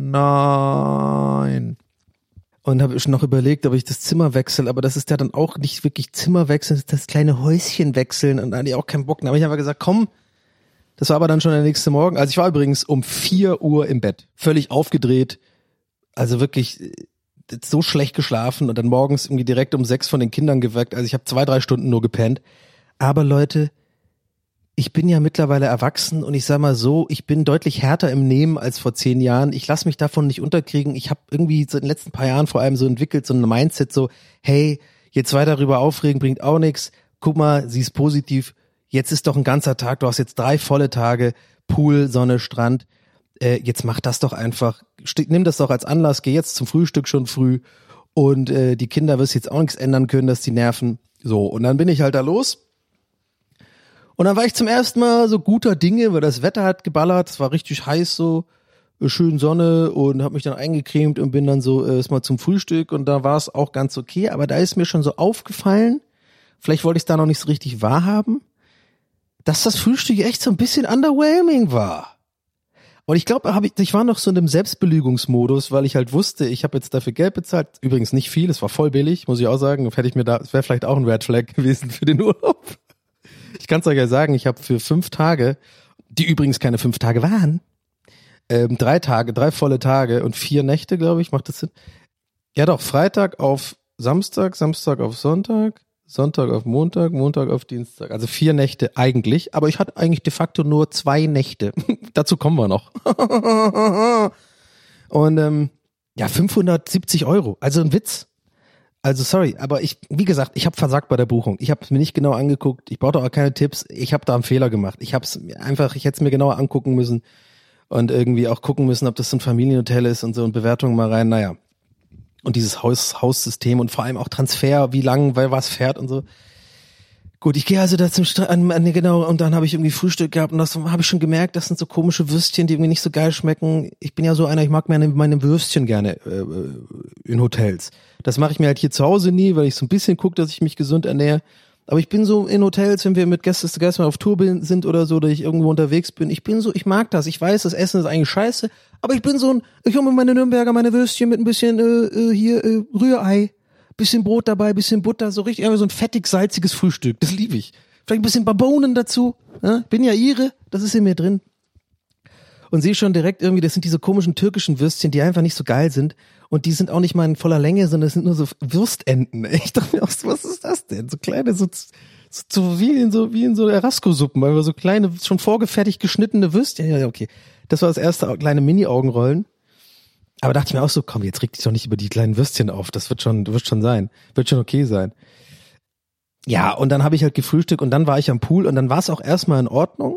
nein. Und habe schon noch überlegt, ob ich das Zimmer wechsle, aber das ist ja dann auch nicht wirklich Zimmer wechseln, das ist das kleine Häuschen wechseln und da hatte ich auch keinen Bock. Dann habe ich einfach gesagt, komm, das war aber dann schon der nächste Morgen. Also ich war übrigens um vier Uhr im Bett, völlig aufgedreht, also wirklich so schlecht geschlafen und dann morgens irgendwie direkt um sechs von den Kindern geweckt. Also ich habe zwei, drei Stunden nur gepennt. Aber Leute, ich bin ja mittlerweile erwachsen und ich sag mal so, ich bin deutlich härter im Nehmen als vor zehn Jahren. Ich lasse mich davon nicht unterkriegen. Ich habe irgendwie so in den letzten paar Jahren vor allem so entwickelt, so ein Mindset so, hey, jetzt weiter darüber aufregen bringt auch nichts. Guck mal, sie ist positiv. Jetzt ist doch ein ganzer Tag. Du hast jetzt drei volle Tage, Pool, Sonne, Strand. Äh, jetzt mach das doch einfach. St- nimm das doch als Anlass. Geh jetzt zum Frühstück schon früh. Und äh, die Kinder wirst jetzt auch nichts ändern können, dass die nerven. So, und dann bin ich halt da los. Und dann war ich zum ersten Mal so guter Dinge, weil das Wetter hat geballert, es war richtig heiß so, schön Sonne und habe mich dann eingecremt und bin dann so äh, erstmal zum Frühstück und da war es auch ganz okay, aber da ist mir schon so aufgefallen, vielleicht wollte ich es da noch nicht so richtig wahrhaben, dass das Frühstück echt so ein bisschen underwhelming war. Und ich glaube, hab ich, ich war noch so in einem Selbstbelügungsmodus, weil ich halt wusste, ich habe jetzt dafür Geld bezahlt, übrigens nicht viel, es war voll billig, muss ich auch sagen, hätte ich mir da, es wäre vielleicht auch ein Red Flag gewesen für den Urlaub. Ich kann es euch ja sagen, ich habe für fünf Tage, die übrigens keine fünf Tage waren, ähm, drei Tage, drei volle Tage und vier Nächte, glaube ich, macht das Sinn? Ja doch, Freitag auf Samstag, Samstag auf Sonntag, Sonntag auf Montag, Montag auf Dienstag. Also vier Nächte eigentlich, aber ich hatte eigentlich de facto nur zwei Nächte. Dazu kommen wir noch. Und ähm, ja, fünfhundertsiebzig Euro, also ein Witz. Also sorry, aber ich, wie gesagt, ich habe versagt bei der Buchung. Ich habe es mir nicht genau angeguckt. Ich brauchte auch keine Tipps. Ich habe da einen Fehler gemacht. Ich habe es einfach, ich hätte es mir genauer angucken müssen und irgendwie auch gucken müssen, ob das so ein Familienhotel ist und so und Bewertungen mal rein. Naja, und dieses Haus, Haussystem und vor allem auch Transfer, wie lang, weil was fährt und so. Gut, ich gehe also da zum Strand, genau, und dann habe ich irgendwie Frühstück gehabt und das habe ich schon gemerkt, das sind so komische Würstchen, die irgendwie nicht so geil schmecken. Ich bin ja so einer, ich mag meine, meine Würstchen gerne äh, in Hotels. Das mache ich mir halt hier zu Hause nie, weil ich so ein bisschen gucke, dass ich mich gesund ernähre. Aber ich bin so in Hotels, wenn wir mit Gästen mal auf Tour sind oder so, oder ich irgendwo unterwegs bin, ich bin so, ich mag das. Ich weiß, das Essen ist eigentlich scheiße, aber ich bin so ein, ich hole mir meine Nürnberger, meine Würstchen mit ein bisschen äh, hier äh, Rührei. Bisschen Brot dabei, bisschen Butter, so richtig, so ein fettig, salziges Frühstück. Das liebe ich. Vielleicht ein bisschen Barbonen dazu. Ja? Bin ja Ire, das ist in mir drin. Und sehe schon direkt irgendwie, das sind diese komischen türkischen Würstchen, die einfach nicht so geil sind. Und die sind auch nicht mal in voller Länge, sondern es sind nur so Würstenten. Ich dachte mir auch so, was ist das denn? So kleine, so, so, so wie in so, wie in so Erasco-Suppen, aber so kleine, schon vorgefertigt geschnittene Würstchen. Ja, okay. Das war das erste kleine Mini-Augenrollen. Aber dachte ich mir auch so, komm, jetzt reg dich doch nicht über die kleinen Würstchen auf. Das wird schon, wird schon sein. Wird schon okay sein. Ja, und dann habe ich halt gefrühstückt und dann war ich am Pool und dann war es auch erstmal in Ordnung.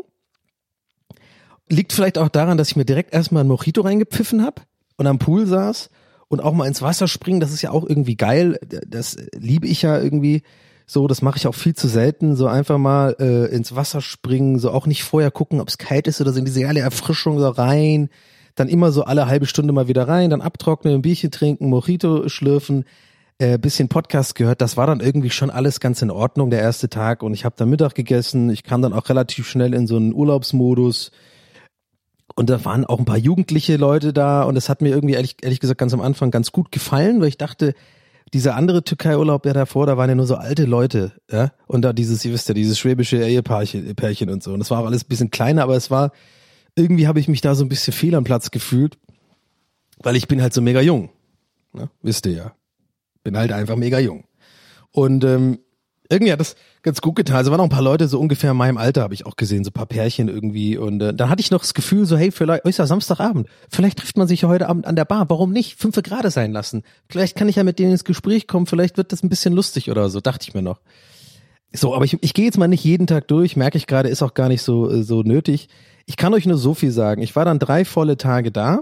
Liegt vielleicht auch daran, dass ich mir direkt erstmal ein Mojito reingepfiffen habe und am Pool saß und auch mal ins Wasser springen. Das ist ja auch irgendwie geil. Das liebe ich ja irgendwie so. Das mache ich auch viel zu selten. So einfach mal äh, ins Wasser springen, so auch nicht vorher gucken, ob es kalt ist oder so in diese geile Erfrischung so rein. Dann immer so alle halbe Stunde mal wieder rein, dann abtrocknen, ein Bierchen trinken, Mojito schlürfen, äh, bisschen Podcast gehört. Das war dann irgendwie schon alles ganz in Ordnung, der erste Tag. Und ich habe dann Mittag gegessen. Ich kam dann auch relativ schnell in so einen Urlaubsmodus. Und da waren auch ein paar jugendliche Leute da. Und das hat mir irgendwie ehrlich, ehrlich gesagt ganz am Anfang ganz gut gefallen, weil ich dachte, dieser andere Türkei-Urlaub, der davor, da waren ja nur so alte Leute. Ja? Und da dieses, ihr wisst ja, dieses schwäbische Ehepärchen Pärchen und so. Und das war auch alles ein bisschen kleiner, aber es war... Irgendwie habe ich mich da so ein bisschen fehl am Platz gefühlt, weil ich bin halt so mega jung. Ne? Wisst ihr ja. Bin halt einfach mega jung. Und ähm, irgendwie hat das ganz gut getan. Also waren auch ein paar Leute so ungefähr in meinem Alter, habe ich auch gesehen, so ein paar Pärchen irgendwie. Und äh, dann hatte ich noch das Gefühl so, hey, vielleicht, oh, ist ja Samstagabend. Vielleicht trifft man sich ja heute Abend an der Bar. Warum nicht? Fünfe Grade sein lassen. Vielleicht kann ich ja mit denen ins Gespräch kommen. Vielleicht wird das ein bisschen lustig oder so, dachte ich mir noch. So, aber ich, ich gehe jetzt mal nicht jeden Tag durch. Merke ich gerade, ist auch gar nicht so so nötig. Ich kann euch nur so viel sagen. Ich war dann drei volle Tage da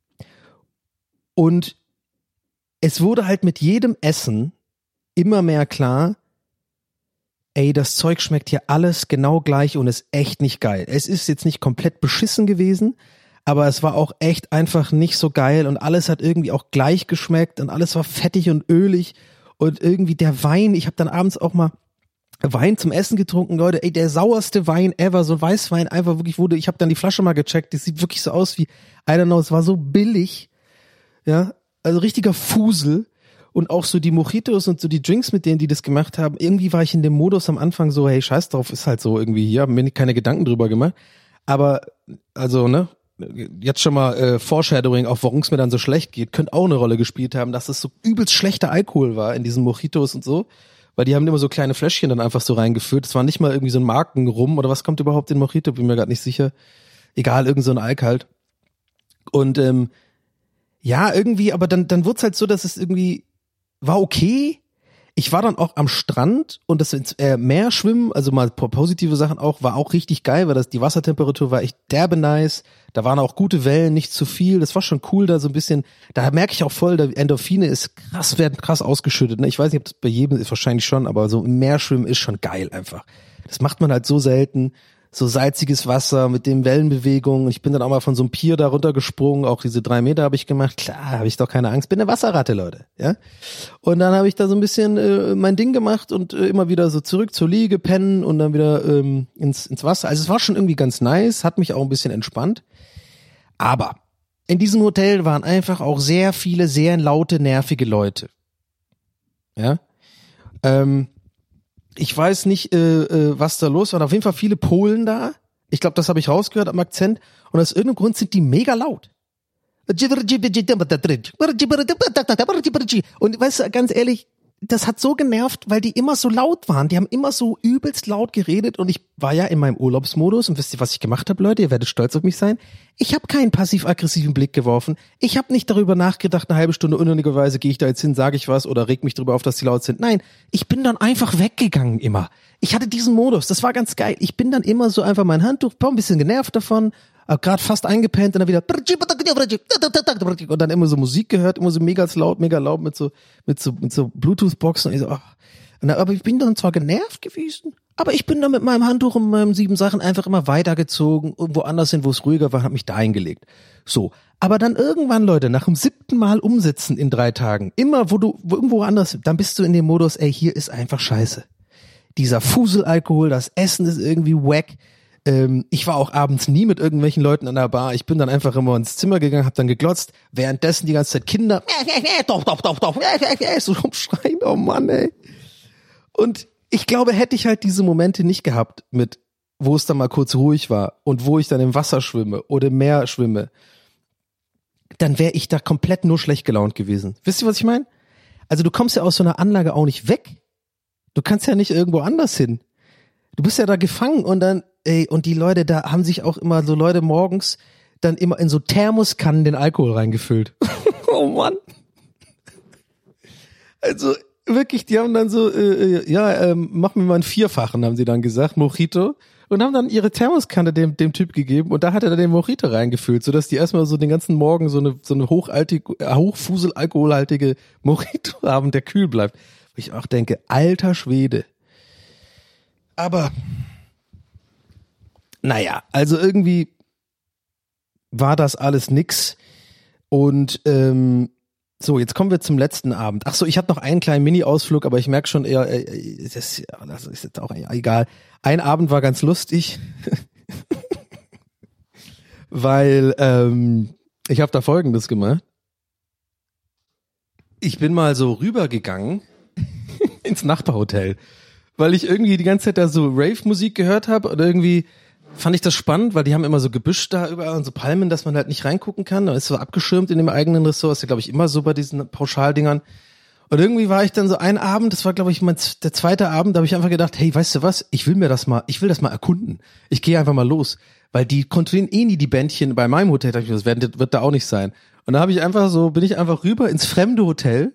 und es wurde halt mit jedem Essen immer mehr klar, ey, das Zeug schmeckt hier alles genau gleich und ist echt nicht geil. Es ist jetzt nicht komplett beschissen gewesen, aber es war auch echt einfach nicht so geil und alles hat irgendwie auch gleich geschmeckt und alles war fettig und ölig und irgendwie der Wein, ich habe dann abends auch mal Wein zum Essen getrunken, Leute, ey, der sauerste Wein ever, so Weißwein einfach wirklich wurde, ich habe dann die Flasche mal gecheckt, das sieht wirklich so aus wie, I don't know, es war so billig, ja, also richtiger Fusel und auch so die Mojitos und so die Drinks, mit denen die das gemacht haben, irgendwie war ich in dem Modus am Anfang so, hey, scheiß drauf, ist halt so irgendwie hier, hab mir keine Gedanken drüber gemacht, aber, also, ne, jetzt schon mal äh, Foreshadowing, auch warum es mir dann so schlecht geht, könnte auch eine Rolle gespielt haben, dass es so übelst schlechter Alkohol war in diesen Mojitos und so. Weil die haben immer so kleine Fläschchen dann einfach so reingefüllt. Das war nicht mal irgendwie so ein Markenrum oder was kommt überhaupt in Mojito, bin mir gerade nicht sicher. Egal, irgend so ein Alk halt. Und ähm, ja, irgendwie, aber dann dann wurde es halt so, dass es irgendwie war okay. Ich war dann auch am Strand und das äh, Meer schwimmen, also mal positive Sachen auch, war auch richtig geil, weil das die Wassertemperatur war echt derbe nice. Da waren auch gute Wellen, nicht zu viel. Das war schon cool, da so ein bisschen. Da merke ich auch voll, der Endorphine ist krass, werden krass ausgeschüttet. Ne? Ich weiß nicht, ob das bei jedem ist, wahrscheinlich schon, aber so im Meer schwimmen ist schon geil einfach. Das macht man halt so selten. So salziges Wasser mit den Wellenbewegungen. Ich bin dann auch mal von so einem Pier da runtergesprungen, auch diese drei Meter habe ich gemacht. Klar, habe ich doch keine Angst, bin eine Wasserratte, Leute. Ja. Und dann habe ich da so ein bisschen äh, mein Ding gemacht und äh, immer wieder so zurück zur Liege, pennen und dann wieder ähm, ins, ins Wasser. Also es war schon irgendwie ganz nice, hat mich auch ein bisschen entspannt. Aber in diesem Hotel waren einfach auch sehr viele sehr laute, nervige Leute. Ja. Ähm, Ich weiß nicht, äh, äh, was da los war. Auf jeden Fall viele Polen da. Ich glaube, das habe ich rausgehört am Akzent. Und aus irgendeinem Grund sind die mega laut. Und weißt du, ganz ehrlich, das hat so genervt, weil die immer so laut waren. Die haben immer so übelst laut geredet und ich war ja in meinem Urlaubsmodus und wisst ihr, was ich gemacht habe, Leute? Ihr werdet stolz auf mich sein. Ich habe keinen passiv-aggressiven Blick geworfen. Ich habe nicht darüber nachgedacht, eine halbe Stunde unnötigerweise gehe ich da jetzt hin, sage ich was oder reg mich darüber auf, dass die laut sind. Nein, ich bin dann einfach weggegangen immer. Ich hatte diesen Modus, das war ganz geil. Ich bin dann immer so einfach mein Handtuch, war ein bisschen genervt davon, hab gerade fast eingepennt und dann wieder und dann immer so Musik gehört, immer so mega laut, mega laut mit so mit so mit so Bluetooth-Boxen. Und ich so, ach. Und dann, aber ich bin dann zwar genervt gewesen, aber ich bin dann mit meinem Handtuch und meinen sieben Sachen einfach immer weitergezogen, irgendwo anders hin, wo es ruhiger war, hab mich da hingelegt. So, aber dann irgendwann, Leute, nach dem siebten Mal umsitzen in drei Tagen, immer wo du wo irgendwo anders, dann bist du in dem Modus, ey, hier ist einfach scheiße. Dieser Fuselalkohol, das Essen ist irgendwie wack. Ich war auch abends nie mit irgendwelchen Leuten an der Bar. Ich bin dann einfach immer ins Zimmer gegangen, hab dann geglotzt. Währenddessen die ganze Zeit Kinder doch, doch, doch, doch, so rumschreien. Oh Mann, ey. Und ich glaube, hätte ich halt diese Momente nicht gehabt, mit wo es dann mal kurz ruhig war und wo ich dann im Wasser schwimme oder im Meer schwimme, dann wäre ich da komplett nur schlecht gelaunt gewesen. Wisst ihr, was ich meine? Also du kommst ja aus so einer Anlage auch nicht weg. Du kannst ja nicht irgendwo anders hin. Du bist ja da gefangen und dann, ey, und die Leute da haben sich auch immer so Leute morgens dann immer in so Thermoskannen den Alkohol reingefüllt. Oh Mann. Also wirklich, die haben dann so, äh, ja, ähm, mach mir mal einen Vierfachen, haben sie dann gesagt, Mojito. Und haben dann ihre Thermoskanne dem, dem Typ gegeben und da hat er dann den Mojito reingefüllt, sodass die erstmal so den ganzen Morgen so eine, so eine hochaltige, hochfusel alkoholhaltige Mojito haben, der kühl bleibt. Wo ich auch denke, alter Schwede. Aber, naja, also irgendwie war das alles nix. Und ähm, so, jetzt kommen wir zum letzten Abend. Ach so, ich hatte noch einen kleinen Mini-Ausflug, aber ich merke schon eher, äh, das, das ist jetzt auch egal. Ein Abend war ganz lustig, weil ähm, ich habe da Folgendes gemacht. Ich bin mal so rübergegangen ins Nachbarhotel, weil ich irgendwie die ganze Zeit da so Rave-Musik gehört habe und irgendwie fand ich das spannend, weil die haben immer so Gebüsch da überall und so Palmen, dass man halt nicht reingucken kann. Man ist so abgeschirmt in dem eigenen Ressort. Das ist ja, glaube ich, immer so bei diesen Pauschaldingern. Und irgendwie war ich dann so ein Abend, das war, glaube ich, mein, der zweite Abend, da habe ich einfach gedacht, hey, weißt du was, ich will mir das mal, ich will das mal erkunden. Ich gehe einfach mal los, weil die kontrollieren eh nie die Bändchen bei meinem Hotel. Da dachte ich, das wird, wird da auch nicht sein. Und da habe ich einfach so, bin ich einfach rüber ins fremde Hotel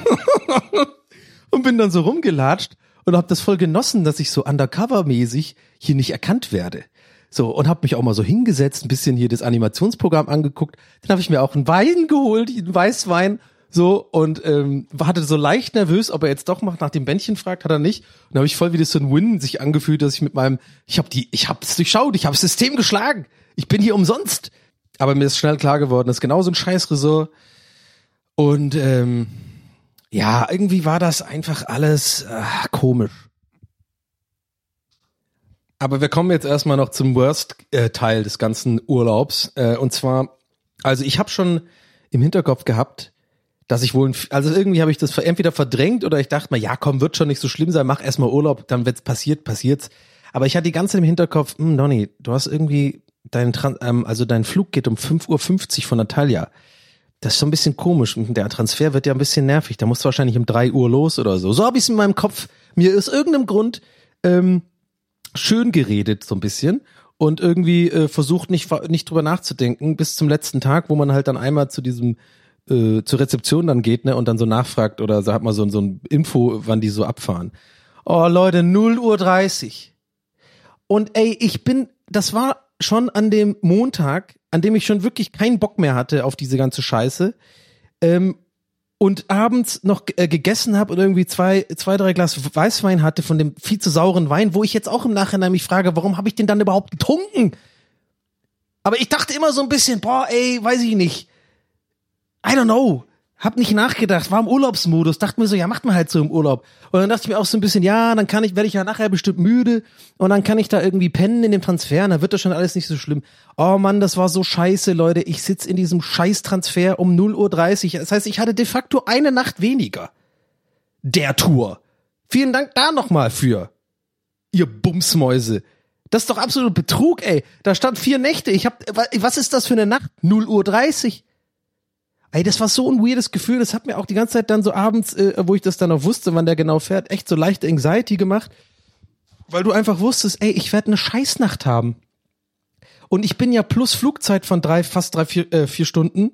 und bin dann so rumgelatscht und habe das voll genossen, dass ich so undercover-mäßig hier nicht erkannt werde. So, und habe mich auch mal so hingesetzt, ein bisschen hier das Animationsprogramm angeguckt. Dann habe ich mir auch einen Wein geholt, einen Weißwein, so, und ähm, hatte so leicht nervös, ob er jetzt doch macht, nach dem Bändchen fragt, hat er nicht. Und dann habe ich voll wie das so ein Win sich angefühlt, dass ich mit meinem, ich habe die, ich habe es durchschaut, ich habe das System geschlagen, ich bin hier umsonst. Aber mir ist schnell klar geworden, das ist genau so ein scheiß Ressort. Und ähm, ja, irgendwie war das einfach alles äh, komisch. Aber wir kommen jetzt erstmal noch zum Worst-Teil des ganzen Urlaubs. Äh, und zwar, also ich habe schon im Hinterkopf gehabt, dass ich wohl, also irgendwie habe ich das entweder verdrängt oder ich dachte mir, ja komm, wird schon nicht so schlimm sein, mach erstmal Urlaub, dann wenn's passiert, passiert's. Aber ich hatte die ganze Zeit im Hinterkopf, hm, Donny, du hast irgendwie, dein, ähm, also dein Flug geht um fünf Uhr fünfzig von Natalia. Das ist so ein bisschen komisch. Der Transfer wird ja ein bisschen nervig. Da musst du wahrscheinlich um drei Uhr los oder so. So habe ich es in meinem Kopf mir aus irgendeinem Grund ähm, schön geredet so ein bisschen und irgendwie äh, versucht nicht nicht drüber nachzudenken bis zum letzten Tag, wo man halt dann einmal zu diesem äh, zur Rezeption dann geht, ne, und dann so nachfragt oder so hat man so so ein Info, wann die so abfahren. Oh Leute, null Uhr dreißig. Und ey, ich bin, das war schon an dem Montag, an dem ich schon wirklich keinen Bock mehr hatte auf diese ganze Scheiße. Ähm, und abends noch äh, gegessen habe und irgendwie zwei, zwei, drei Glas Weißwein hatte von dem viel zu sauren Wein, wo ich jetzt auch im Nachhinein mich frage, warum habe ich den dann überhaupt getrunken? Aber ich dachte immer so ein bisschen, boah, ey, weiß ich nicht. I don't know. Hab nicht nachgedacht, war im Urlaubsmodus, dachte mir so, ja, macht man halt so im Urlaub. Und dann dachte ich mir auch so ein bisschen, ja, dann kann ich, werde ich ja nachher bestimmt müde und dann kann ich da irgendwie pennen in dem Transfer und dann wird das schon alles nicht so schlimm. Oh Mann, das war so scheiße, Leute. Ich sitze in diesem Scheiß-Transfer um null Uhr dreißig. Das heißt, ich hatte de facto eine Nacht weniger der Tour. Vielen Dank da nochmal für, ihr Bumsmäuse. Das ist doch absolut Betrug, ey. Da stand vier Nächte. Ich hab, was ist das für eine Nacht? null Uhr dreißig. Ey, das war so ein weirdes Gefühl, das hat mir auch die ganze Zeit dann so abends, äh, wo ich das dann noch wusste, wann der genau fährt, echt so leichte Anxiety gemacht, weil du einfach wusstest, ey, ich werde eine Scheißnacht haben. Und ich bin ja plus Flugzeit von drei, fast drei, vier, äh, vier Stunden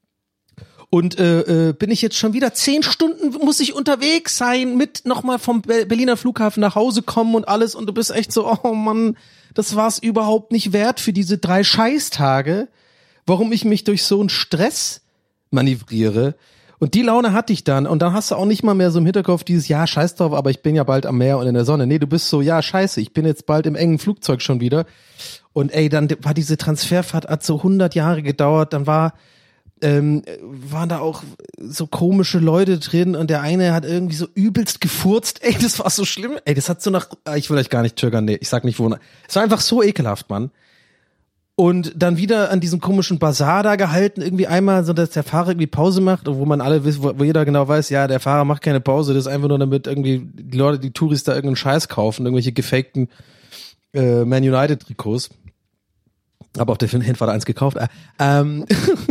und äh, äh, bin ich jetzt schon wieder zehn Stunden, muss ich unterwegs sein, mit nochmal vom Berliner Flughafen nach Hause kommen und alles und du bist echt so, oh Mann, das war's überhaupt nicht wert für diese drei Scheißtage, warum ich mich durch so einen Stress manövriere. Und die Laune hatte ich dann. Und dann hast du auch nicht mal mehr so im Hinterkopf dieses, ja, scheiß drauf, aber ich bin ja bald am Meer und in der Sonne. Nee, du bist so, ja, scheiße, ich bin jetzt bald im engen Flugzeug schon wieder. Und ey, dann war diese Transferfahrt, hat so hundert Jahre gedauert. Dann war, ähm, waren da auch so komische Leute drin und der eine hat irgendwie so übelst gefurzt. Ey, das war so schlimm. Ey, das hat so nach, ich will euch gar nicht triggern, nee, ich sag nicht wo. Es war einfach so ekelhaft, Mann. Und dann wieder an diesem komischen Bazar da gehalten, irgendwie einmal, so dass der Fahrer irgendwie Pause macht, wo man alle wisst, wo, wo jeder genau weiß, ja, der Fahrer macht keine Pause, das ist einfach nur damit irgendwie die Leute, die Touris da irgendeinen Scheiß kaufen, irgendwelche gefakten äh, Man United Trikots. Aber auf der Hinfahrt hat er eins gekauft. Äh, ähm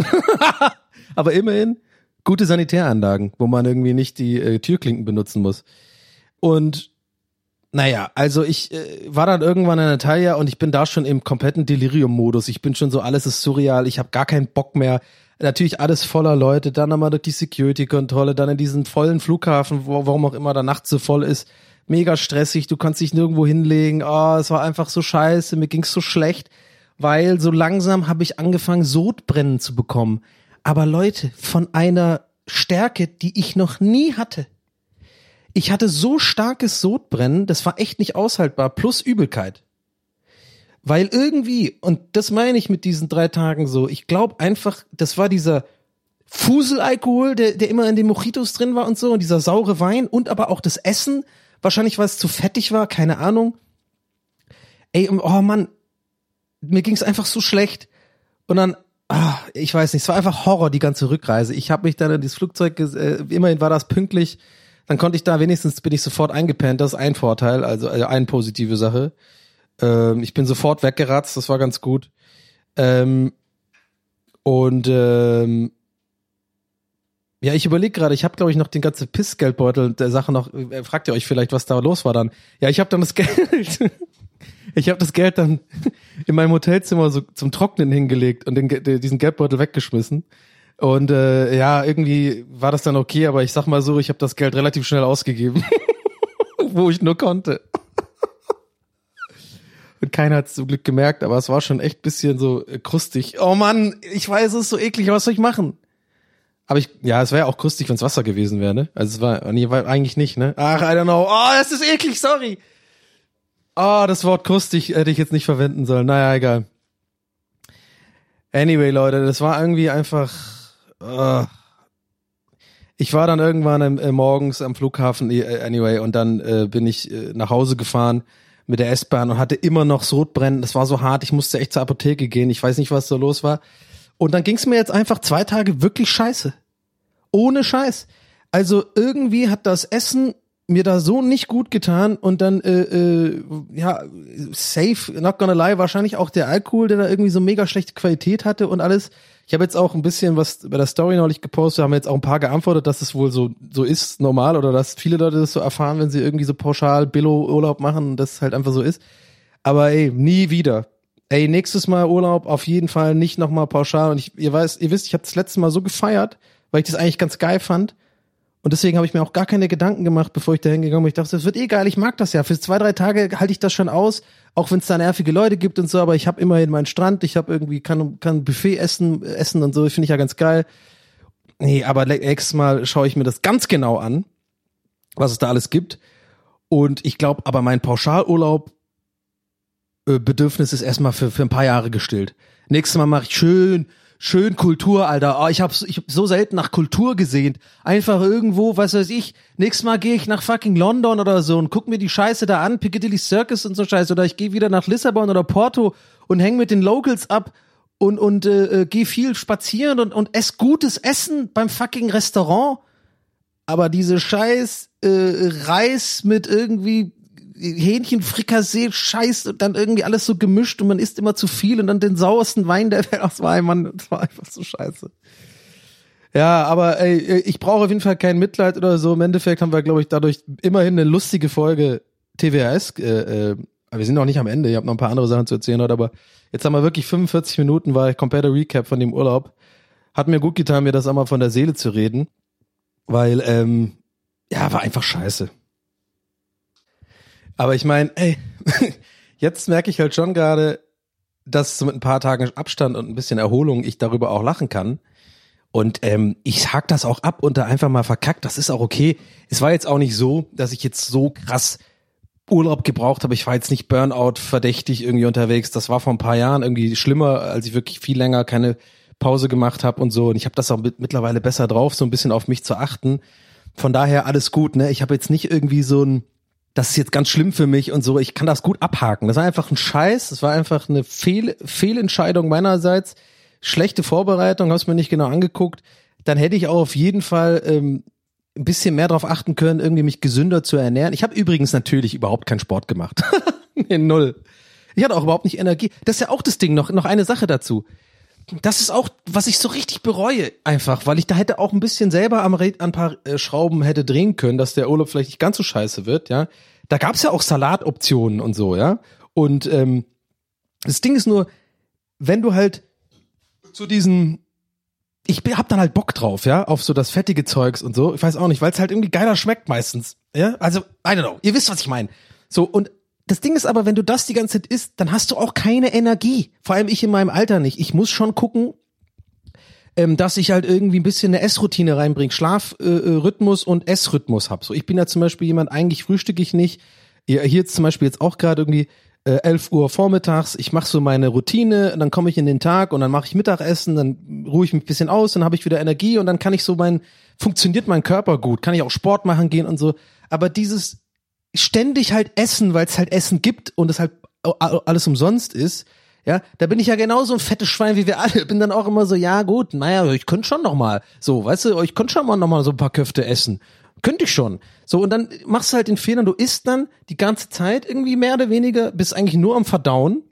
aber immerhin gute Sanitäranlagen, wo man irgendwie nicht die äh, Türklinken benutzen muss. Und naja, also ich äh, war dann irgendwann in Natalia und ich bin da schon im kompletten Delirium-Modus. Ich bin schon so, alles ist surreal, ich habe gar keinen Bock mehr. Natürlich alles voller Leute, dann nochmal durch die Security-Kontrolle, dann in diesen vollen Flughafen, wo, warum auch immer da nachts so voll ist. Mega stressig, du kannst dich nirgendwo hinlegen. Oh, es war einfach so scheiße, mir ging's so schlecht, weil so langsam habe ich angefangen, Sodbrennen zu bekommen. Aber Leute, von einer Stärke, die ich noch nie hatte. Ich hatte so starkes Sodbrennen, das war echt nicht aushaltbar, plus Übelkeit. Weil irgendwie, und das meine ich mit diesen drei Tagen so, ich glaube einfach, das war dieser Fuselalkohol, der, der immer in den Mojitos drin war und so, und dieser saure Wein und aber auch das Essen, wahrscheinlich weil es zu fettig war, keine Ahnung. Ey, oh Mann, mir ging's einfach so schlecht. Und dann, ah, ich weiß nicht, es war einfach Horror, die ganze Rückreise. Ich habe mich dann in dieses Flugzeug, äh, immerhin war das pünktlich. Dann konnte ich da wenigstens, bin ich sofort eingepennt, das ist ein Vorteil, also äh, eine positive Sache. Ähm, ich bin sofort weggeratzt, das war ganz gut. Ähm, und ähm, ja, ich überlege gerade, ich habe glaube ich noch den ganzen Pissgeldbeutel der Sache noch, äh, fragt ihr euch vielleicht, was da los war dann. Ja, ich habe dann das Geld, ich habe das Geld dann in meinem Hotelzimmer so zum Trocknen hingelegt und den, diesen Geldbeutel weggeschmissen. Und äh, ja, irgendwie war das dann okay, aber ich sag mal so, ich habe das Geld relativ schnell ausgegeben, wo ich nur konnte. Und keiner hat es zum Glück gemerkt, aber es war schon echt ein bisschen so äh, krustig. Oh Mann, ich weiß, es ist so eklig, was soll ich machen? Aber ich, ja, es wäre ja auch krustig, wenn es Wasser gewesen wäre, ne? Also es war, nee, war eigentlich nicht, ne? Ach, I don't know. Oh, das ist eklig, sorry. Oh, das Wort krustig hätte ich jetzt nicht verwenden sollen. Naja, egal. Anyway, Leute, das war irgendwie einfach... Uh. Ich war dann irgendwann äh, morgens am Flughafen, äh, anyway, und dann äh, bin ich äh, nach Hause gefahren mit der S-Bahn und hatte immer noch Sodbrennen. Das war so hart, ich musste echt zur Apotheke gehen. Ich weiß nicht, was da los war. Und dann ging's mir jetzt einfach zwei Tage wirklich scheiße. Ohne Scheiß. Also irgendwie hat das Essen mir da so nicht gut getan und dann, äh, äh, ja, safe, not gonna lie, wahrscheinlich auch der Alkohol, der da irgendwie so mega schlechte Qualität hatte und alles. Ich habe jetzt auch ein bisschen was bei der Story neulich gepostet, haben jetzt auch ein paar geantwortet, dass es wohl so so ist, normal, oder dass viele Leute das so erfahren, wenn sie irgendwie so pauschal Billo-Urlaub machen und das halt einfach so ist. Aber ey, nie wieder. Ey, nächstes Mal Urlaub auf jeden Fall nicht nochmal pauschal. Und ich, ihr weißt, ihr wisst, ich habe das letzte Mal so gefeiert, weil ich das eigentlich ganz geil fand. Und deswegen habe ich mir auch gar keine Gedanken gemacht, bevor ich da hingegangen bin. Ich dachte, das wird eh geil, ich mag das ja. Für zwei, drei Tage halte ich das schon aus, auch wenn es da nervige Leute gibt und so, aber ich habe immerhin meinen Strand, ich habe irgendwie, kann, kann Buffet essen, essen und so, finde ich ja ganz geil. Nee, aber nächstes Mal schaue ich mir das ganz genau an, was es da alles gibt. Und ich glaube, aber mein Pauschalurlaub äh, Bedürfnis ist erstmal für, für ein paar Jahre gestillt. Nächstes Mal mache ich schön Schön Kultur, Alter. Oh, ich habe ich hab so selten nach Kultur gesehen. Einfach irgendwo, was weiß ich, nächstes Mal gehe ich nach fucking London oder so und guck mir die Scheiße da an, Piccadilly Circus und so Scheiße. Oder ich gehe wieder nach Lissabon oder Porto und häng mit den Locals ab und und äh, gehe viel spazieren und und ess gutes Essen beim fucking Restaurant. Aber diese Scheiß äh, Reis mit irgendwie Hähnchen, Frikassee, Scheiß und dann irgendwie alles so gemischt und man isst immer zu viel und dann den sauersten Wein der Welt. Das war, Mann, das war einfach so scheiße. Ja, aber ey, ich brauche auf jeden Fall kein Mitleid oder so. Im Endeffekt haben wir, glaube ich, dadurch immerhin eine lustige Folge T W H S. Äh, äh, wir sind noch nicht am Ende. Ich habe noch ein paar andere Sachen zu erzählen heute, aber jetzt haben wir wirklich fünfundvierzig Minuten, war ich kompletter Recap von dem Urlaub. Hat mir gut getan, mir das einmal von der Seele zu reden, weil, ähm, ja, war einfach scheiße. Aber ich meine, ey, jetzt merke ich halt schon gerade, dass so mit ein paar Tagen Abstand und ein bisschen Erholung ich darüber auch lachen kann. Und ähm, ich hake das auch ab und da einfach mal verkackt. Das ist auch okay. Es war jetzt auch nicht so, dass ich jetzt so krass Urlaub gebraucht habe. Ich war jetzt nicht Burnout verdächtig irgendwie unterwegs. Das war vor ein paar Jahren irgendwie schlimmer, als ich wirklich viel länger keine Pause gemacht habe und so. Und ich habe das auch mit, mittlerweile besser drauf, so ein bisschen auf mich zu achten. Von daher alles gut, ne? Ich habe jetzt nicht irgendwie so ein das ist jetzt ganz schlimm für mich und so, ich kann das gut abhaken. Das war einfach ein Scheiß, das war einfach eine Fehl, Fehlentscheidung meinerseits, schlechte Vorbereitung, hab's mir nicht genau angeguckt. Dann hätte ich auch auf jeden Fall ähm, ein bisschen mehr darauf achten können, irgendwie mich gesünder zu ernähren. Ich habe übrigens natürlich überhaupt keinen Sport gemacht. Nee, null. Ich hatte auch überhaupt nicht Energie. Das ist ja auch das Ding, noch, noch eine Sache dazu. Das ist auch, was ich so richtig bereue, einfach, weil ich da hätte auch ein bisschen selber am Re- an ein paar äh, Schrauben hätte drehen können, dass der Urlaub vielleicht nicht ganz so scheiße wird, ja. Da gab's ja auch Salatoptionen und so, ja. Und ähm, das Ding ist nur, wenn du halt zu diesen, ich hab dann halt Bock drauf, ja, auf so das fettige Zeugs und so. Ich weiß auch nicht, weil es halt irgendwie geiler schmeckt meistens, ja. Also, I don't know, ihr wisst, was ich meine. So, und das Ding ist aber, wenn du das die ganze Zeit isst, dann hast du auch keine Energie. Vor allem ich in meinem Alter nicht. Ich muss schon gucken, ähm, dass ich halt irgendwie ein bisschen eine Essroutine reinbringe. Schlafrhythmus äh, und Essrhythmus hab. So, ich bin ja zum Beispiel jemand, eigentlich frühstücke ich nicht. Hier jetzt zum Beispiel jetzt auch gerade irgendwie äh, elf Uhr vormittags. Ich mache so meine Routine, dann komme ich in den Tag und dann mache ich Mittagessen, dann ruhe ich mich ein bisschen aus, dann habe ich wieder Energie und dann kann ich so mein, funktioniert mein Körper gut. Kann ich auch Sport machen gehen und so. Aber dieses ständig halt essen, weil es halt Essen gibt und es halt alles umsonst ist, ja, da bin ich ja genauso ein fettes Schwein wie wir alle. Bin dann auch immer so, ja gut, naja, ich könnte schon noch mal, so, weißt du, ich könnte schon mal noch mal so ein paar Köfte essen. Könnte ich schon. So, und dann machst du halt den Fehler, du isst dann die ganze Zeit irgendwie mehr oder weniger, bist eigentlich nur am Verdauen.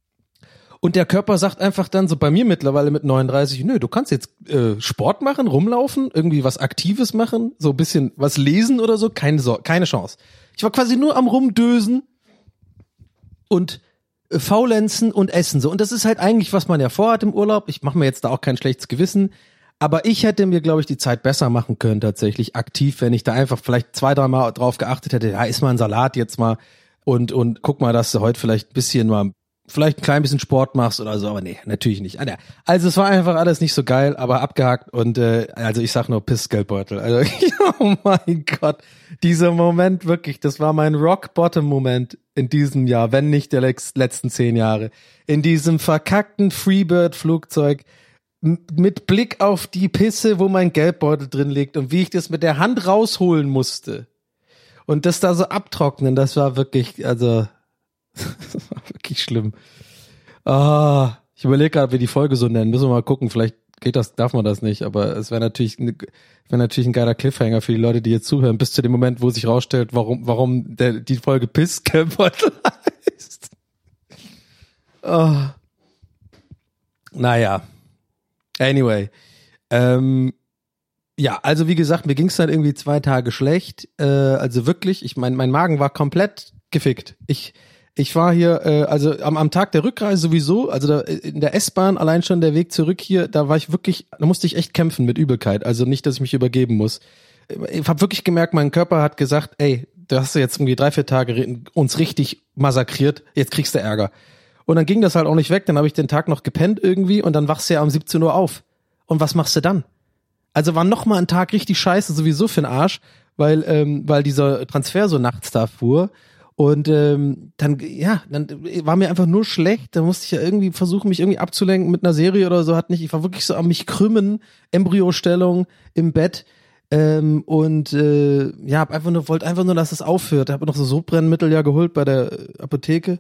Und der Körper sagt einfach dann so bei mir mittlerweile mit neununddreißig, nö, du kannst jetzt äh, Sport machen, rumlaufen, irgendwie was Aktives machen, so ein bisschen was lesen oder so, keine Sorge, keine Chance. Ich war quasi nur am Rumdösen und äh, faulenzen und essen so. Und das ist halt eigentlich, was man ja vorhat im Urlaub. Ich mache mir jetzt da auch kein schlechtes Gewissen. Aber ich hätte mir, glaube ich, die Zeit besser machen können, tatsächlich aktiv, wenn ich da einfach vielleicht zwei, drei Mal drauf geachtet hätte, ja, iss mal einen Salat jetzt mal, und und guck mal, dass du heute vielleicht ein bisschen mal vielleicht ein klein bisschen Sport machst oder so, aber nee, natürlich nicht. Also es war einfach alles nicht so geil, aber abgehakt und äh, also ich sag nur Piss Geldbeutel. Also oh mein Gott, dieser Moment wirklich, das war mein Rock-Bottom-Moment in diesem Jahr, wenn nicht der letzten zehn Jahre. In diesem verkackten Freebird-Flugzeug mit Blick auf die Pisse, wo mein Geldbeutel drin liegt und wie ich das mit der Hand rausholen musste und das da so abtrocknen, das war wirklich, also das war wirklich schlimm. Ah, ich überlege gerade, wie die Folge so nennen. Müssen wir mal gucken. Vielleicht geht das, darf man das nicht. Aber es wäre natürlich, wäre natürlich ein geiler Cliffhanger für die Leute, die jetzt zuhören, bis zu dem Moment, wo sich rausstellt, warum, warum der, die Folge Piss Geldbeutel heißt. Ah. Naja. Anyway. Ähm, ja, also wie gesagt, mir ging es dann irgendwie zwei Tage schlecht. Äh, also wirklich, ich mein, mein Magen war komplett gefickt. Ich Ich war hier, äh, also am, am Tag der Rückreise sowieso, also da, in der S-Bahn, allein schon der Weg zurück hier, da war ich wirklich, da musste ich echt kämpfen mit Übelkeit. Also nicht, dass ich mich übergeben muss. Ich habe wirklich gemerkt, mein Körper hat gesagt, ey, du hast jetzt irgendwie drei, vier Tage uns richtig massakriert, jetzt kriegst du Ärger. Und dann ging das halt auch nicht weg, dann habe ich den Tag noch gepennt irgendwie und dann wachst du ja um siebzehn Uhr auf. Und was machst du dann? Also war noch mal ein Tag richtig scheiße, sowieso für den Arsch, weil, ähm, weil dieser Transfer so nachts da fuhr. Und ähm, dann, ja, dann war mir einfach nur schlecht, da musste ich ja irgendwie versuchen, mich irgendwie abzulenken mit einer Serie oder so, hat nicht, ich war wirklich so am mich krümmen, Embryostellung im Bett ähm, und äh, ja, hab einfach nur, wollte einfach nur, dass es aufhört, habe noch so Sodbrennmittel ja geholt bei der Apotheke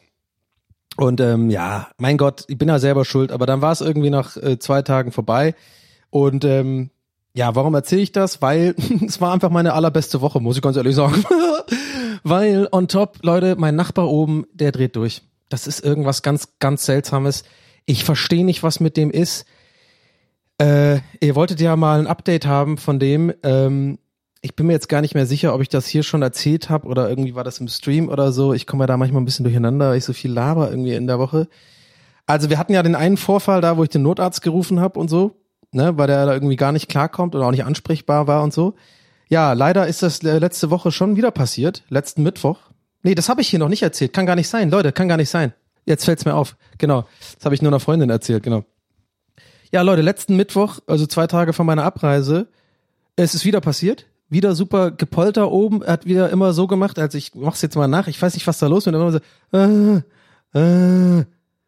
und ähm, ja, mein Gott, ich bin ja selber schuld, aber dann war es irgendwie nach äh, zwei Tagen vorbei und ähm, ja, warum erzähle ich das? Weil es war einfach meine allerbeste Woche, muss ich ganz ehrlich sagen. Weil on top, Leute, mein Nachbar oben, der dreht durch. Das ist irgendwas ganz, ganz Seltsames. Ich verstehe nicht, was mit dem ist. Äh, ihr wolltet ja mal ein Update haben von dem. Ähm, ich bin mir jetzt gar nicht mehr sicher, ob ich das hier schon erzählt habe oder irgendwie war das im Stream oder so. Ich komme ja da manchmal ein bisschen durcheinander, weil ich so viel laber irgendwie in der Woche. Also wir hatten ja den einen Vorfall da, wo ich den Notarzt gerufen habe und so, ne, weil der da irgendwie gar nicht klarkommt oder auch nicht ansprechbar war und so. Ja, leider ist das letzte Woche schon wieder passiert, letzten Mittwoch. Nee, das habe ich hier noch nicht erzählt, kann gar nicht sein, Leute, kann gar nicht sein. Jetzt fällt's mir auf, genau, das habe ich nur einer Freundin erzählt, genau. Ja, Leute, letzten Mittwoch, also zwei Tage vor meiner Abreise, es ist wieder passiert, wieder super gepolter oben, er hat wieder immer so gemacht, also ich mach's jetzt mal nach, ich weiß nicht, was da los ist, immer so, äh, äh,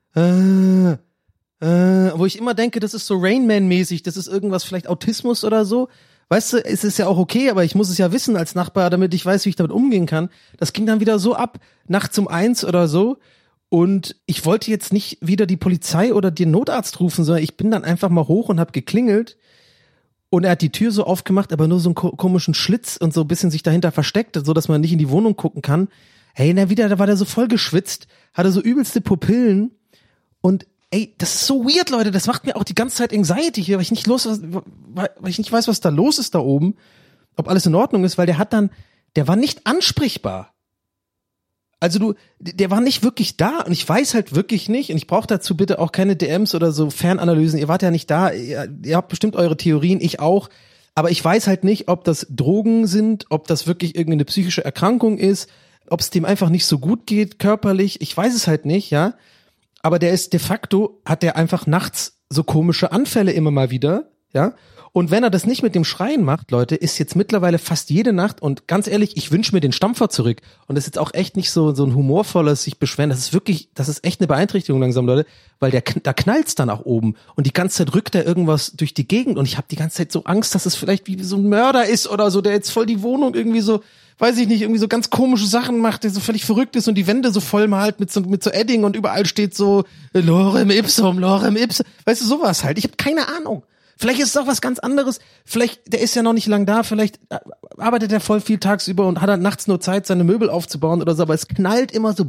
äh, äh, wo ich immer denke, das ist so Rain Man-mäßig, das ist irgendwas, vielleicht Autismus oder so. Weißt du, es ist ja auch okay, aber ich muss es ja wissen als Nachbar, damit ich weiß, wie ich damit umgehen kann. Das ging dann wieder so ab, nachts um eins oder so. Und ich wollte jetzt nicht wieder die Polizei oder den Notarzt rufen, sondern ich bin dann einfach mal hoch und hab geklingelt. Und er hat die Tür so aufgemacht, aber nur so einen ko- komischen Schlitz und so ein bisschen sich dahinter versteckt, so dass man nicht in die Wohnung gucken kann. Hey, na wieder, da war der so voll geschwitzt, hatte so übelste Pupillen und ey, das ist so weird, Leute, das macht mir auch die ganze Zeit Anxiety hier, weil ich nicht los, weil ich nicht weiß, was da los ist da oben, ob alles in Ordnung ist, weil der hat dann, der war nicht ansprechbar. Also du, der war nicht wirklich da und ich weiß halt wirklich nicht und ich brauche dazu bitte auch keine D Ms oder so Fernanalysen, ihr wart ja nicht da, ihr, ihr habt bestimmt eure Theorien, ich auch, aber ich weiß halt nicht, ob das Drogen sind, ob das wirklich irgendeine psychische Erkrankung ist, ob es dem einfach nicht so gut geht, körperlich, ich weiß es halt nicht, ja. Aber der ist de facto, hat der einfach nachts so komische Anfälle immer mal wieder, ja. Und wenn er das nicht mit dem Schreien macht, Leute, ist jetzt mittlerweile fast jede Nacht und ganz ehrlich, ich wünsche mir den Stampfer zurück. Und das ist jetzt auch echt nicht so so ein humorvolles sich beschweren. Das ist wirklich, das ist echt eine Beeinträchtigung langsam, Leute, weil der da knallt's dann nach oben und die ganze Zeit rückt er irgendwas durch die Gegend und ich habe die ganze Zeit so Angst, dass es vielleicht wie so ein Mörder ist oder so, der jetzt voll die Wohnung irgendwie so, weiß ich nicht, irgendwie so ganz komische Sachen macht, der so völlig verrückt ist und die Wände so voll malt mit so, mit so Edding und überall steht so Lorem Ipsum, Lorem Ipsum. Weißt du, sowas halt. Ich habe keine Ahnung. Vielleicht ist es auch was ganz anderes. Vielleicht, der ist ja noch nicht lang da, vielleicht arbeitet er voll viel tagsüber und hat dann nachts nur Zeit, seine Möbel aufzubauen oder so, aber es knallt immer so.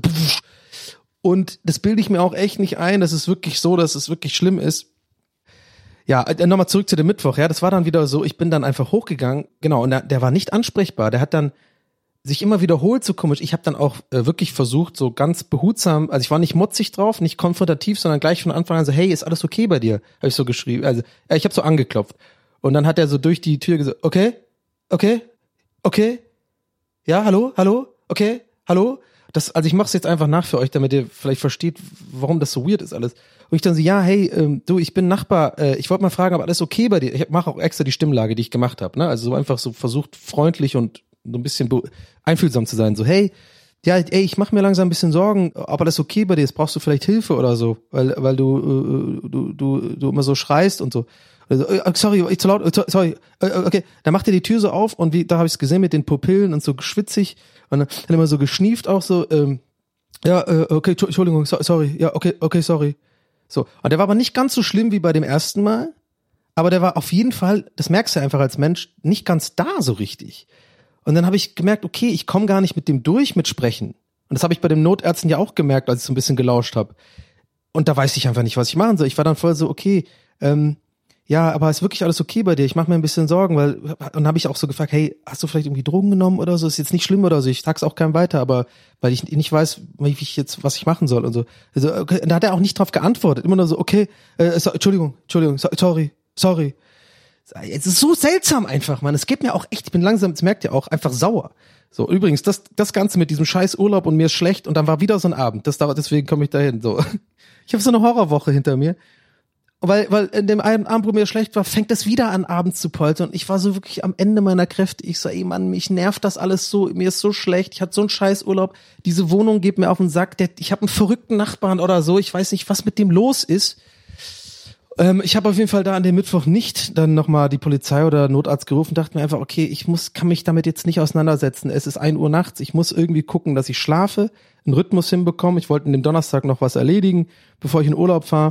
Und das bilde ich mir auch echt nicht ein. Das ist wirklich so, dass es wirklich schlimm ist. Ja, nochmal zurück zu dem Mittwoch. Ja, das war dann wieder so, ich bin dann einfach hochgegangen. Genau, und der, der war nicht ansprechbar. Der hat dann sich immer wiederholt, so komisch. Ich habe dann auch äh, wirklich versucht, so ganz behutsam, also ich war nicht motzig drauf, nicht konfrontativ, sondern gleich von Anfang an so, hey, ist alles okay bei dir? Habe ich so geschrieben. Also äh, ich habe so angeklopft. Und dann hat er so durch die Tür gesagt, okay, okay, okay, ja, hallo, hallo, okay, hallo. das, also ich mach's jetzt einfach nach für euch, damit ihr vielleicht versteht, warum das so weird ist alles. Und ich dann so, ja, hey, ähm, du, ich bin Nachbar, äh, ich wollte mal fragen, ob alles okay bei dir? Ich mache auch extra die Stimmlage, die ich gemacht habe, ne? Also so einfach so versucht, freundlich und so ein bisschen be- einfühlsam zu sein. So, hey, ja, ey, ich mache mir langsam ein bisschen Sorgen, ob alles okay bei dir ist. Brauchst du vielleicht Hilfe oder so? Weil, weil du, äh, du, du, du immer so schreist und so. Also, äh, sorry, ich zu laut, äh, sorry, äh, okay. Dann macht er die Tür so auf und wie, da habe ich es gesehen mit den Pupillen und so schwitzig und dann, dann immer so geschnieft auch so, ähm, ja, äh, okay, Entschuldigung, so, sorry, ja, okay, okay, sorry. So. Und der war aber nicht ganz so schlimm wie bei dem ersten Mal, aber der war auf jeden Fall, das merkst du einfach als Mensch, nicht ganz da so richtig. Und dann habe ich gemerkt, okay, ich komme gar nicht mit dem durch mit Sprechen. Und das habe ich bei den Notärzten ja auch gemerkt, als ich so ein bisschen gelauscht habe. Und da weiß ich einfach nicht, was ich machen soll. Ich war dann voll so, okay, ähm, ja, aber ist wirklich alles okay bei dir? Ich mache mir ein bisschen Sorgen, weil, und dann habe ich auch so gefragt, hey, hast du vielleicht irgendwie Drogen genommen oder so? Ist jetzt nicht schlimm oder so, ich sag's auch keinem weiter, aber weil ich nicht weiß, wie ich jetzt, was ich machen soll und so. Also, okay, da hat er auch nicht drauf geantwortet, immer nur so, okay, äh, so, Entschuldigung, Entschuldigung, so, sorry, sorry. Es ist so seltsam einfach, Mann. Es geht mir auch echt, ich bin langsam, das merkt ihr auch, einfach sauer. So, übrigens, das, das Ganze mit diesem scheiß Urlaub und mir ist schlecht und dann war wieder so ein Abend. Das dauert, deswegen komme ich dahin. So. Ich habe so eine Horrorwoche hinter mir. Weil, weil in dem einen Abend, wo mir schlecht war, fängt es wieder an, abends zu poltern. Und ich war so wirklich am Ende meiner Kräfte. Ich so, ey Mann, mich nervt das alles so, mir ist so schlecht. Ich hatte so einen scheiß Urlaub. Diese Wohnung geht mir auf den Sack. Der, ich habe einen verrückten Nachbarn oder so. Ich weiß nicht, was mit dem los ist. Ähm, ich habe auf jeden Fall da an dem Mittwoch nicht dann nochmal die Polizei oder Notarzt gerufen, dachte mir einfach, okay, ich muss, kann mich damit jetzt nicht auseinandersetzen. Es ist ein Uhr nachts, ich muss irgendwie gucken, dass ich schlafe, einen Rhythmus hinbekomme. Ich wollte an dem Donnerstag noch was erledigen, bevor ich in Urlaub fahre.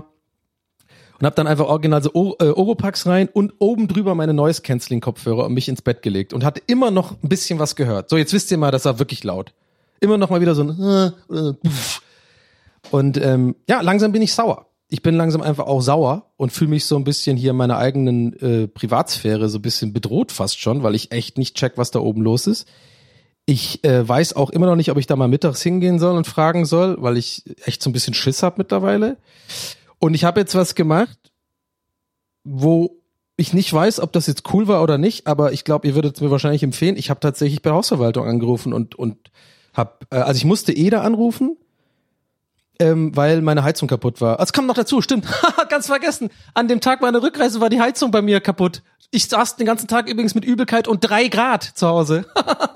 Und habe dann einfach original so o- äh, Oropax rein und oben drüber meine Noise-Canceling-Kopfhörer und mich ins Bett gelegt und hatte immer noch ein bisschen was gehört. So, jetzt wisst ihr mal, das war wirklich laut. Immer noch mal wieder so ein äh, oder so, und ähm, ja, langsam bin ich sauer. Ich bin langsam einfach auch sauer und fühle mich so ein bisschen hier in meiner eigenen äh, Privatsphäre so ein bisschen bedroht fast schon, weil ich echt nicht check, was da oben los ist. Ich äh, weiß auch immer noch nicht, ob ich da mal mittags hingehen soll und fragen soll, weil ich echt so ein bisschen Schiss habe mittlerweile. Und ich habe jetzt was gemacht, wo ich nicht weiß, ob das jetzt cool war oder nicht, aber ich glaube, ihr würdet es mir wahrscheinlich empfehlen. Ich habe tatsächlich bei der Hausverwaltung angerufen und und hab, äh, also ich musste eh da anrufen, ähm, weil meine Heizung kaputt war. Es kam noch dazu, stimmt, ganz vergessen. An dem Tag meiner Rückreise war die Heizung bei mir kaputt. Ich saß den ganzen Tag übrigens mit Übelkeit und drei Grad zu Hause.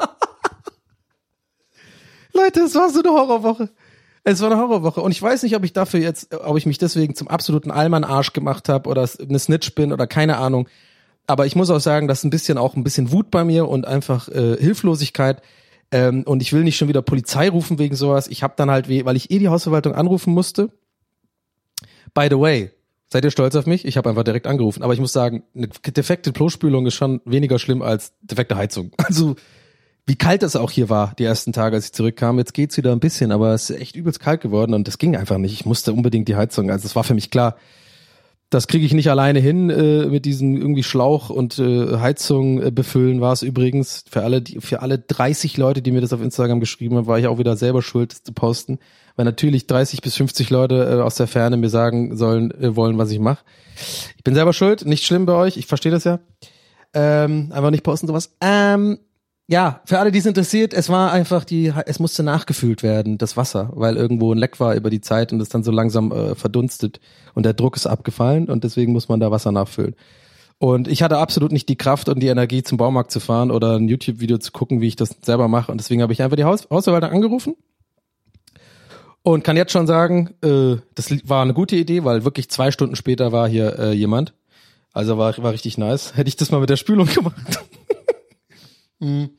Leute, es war so eine Horrorwoche. Es war eine Horrorwoche und ich weiß nicht, ob ich dafür jetzt, ob ich mich deswegen zum absoluten Allmann-Arsch gemacht habe oder eine Snitch bin oder keine Ahnung. Aber ich muss auch sagen, das ist ein bisschen auch ein bisschen Wut bei mir und einfach äh, Hilflosigkeit. Ähm, und ich will nicht schon wieder Polizei rufen wegen sowas. Ich habe dann halt, weil ich eh die Hausverwaltung anrufen musste. By the way, seid ihr stolz auf mich? Ich habe einfach direkt angerufen. Aber ich muss sagen, eine defekte Klospülung ist schon weniger schlimm als defekte Heizung. Also wie kalt es auch hier war, die ersten Tage, als ich zurückkam. Jetzt geht's wieder ein bisschen, aber es ist echt übelst kalt geworden und das ging einfach nicht. Ich musste unbedingt die Heizung, also es war für mich klar, das kriege ich nicht alleine hin äh, mit diesem irgendwie Schlauch und äh, Heizung äh, befüllen war es übrigens. Für alle, die, für alle dreißig Leute, die mir das auf Instagram geschrieben haben, war ich auch wieder selber schuld, das zu posten. Weil natürlich dreißig bis fünfzig Leute äh, aus der Ferne mir sagen sollen, äh, wollen, was ich mache. Ich bin selber schuld, nicht schlimm bei euch, ich verstehe das ja. Ähm, einfach nicht posten sowas. Ähm, Ja, für alle, die es interessiert, es war einfach die, es musste nachgefüllt werden, das Wasser, weil irgendwo ein Leck war über die Zeit und es dann so langsam äh, verdunstet und der Druck ist abgefallen und deswegen muss man da Wasser nachfüllen. Und ich hatte absolut nicht die Kraft und die Energie, zum Baumarkt zu fahren oder ein YouTube-Video zu gucken, wie ich das selber mache und deswegen habe ich einfach die Haus- Hausverwaltung angerufen und kann jetzt schon sagen, äh, das war eine gute Idee, weil wirklich zwei Stunden später war hier äh, jemand. Also war, war richtig nice. Hätte ich das mal mit der Spülung gemacht. hm.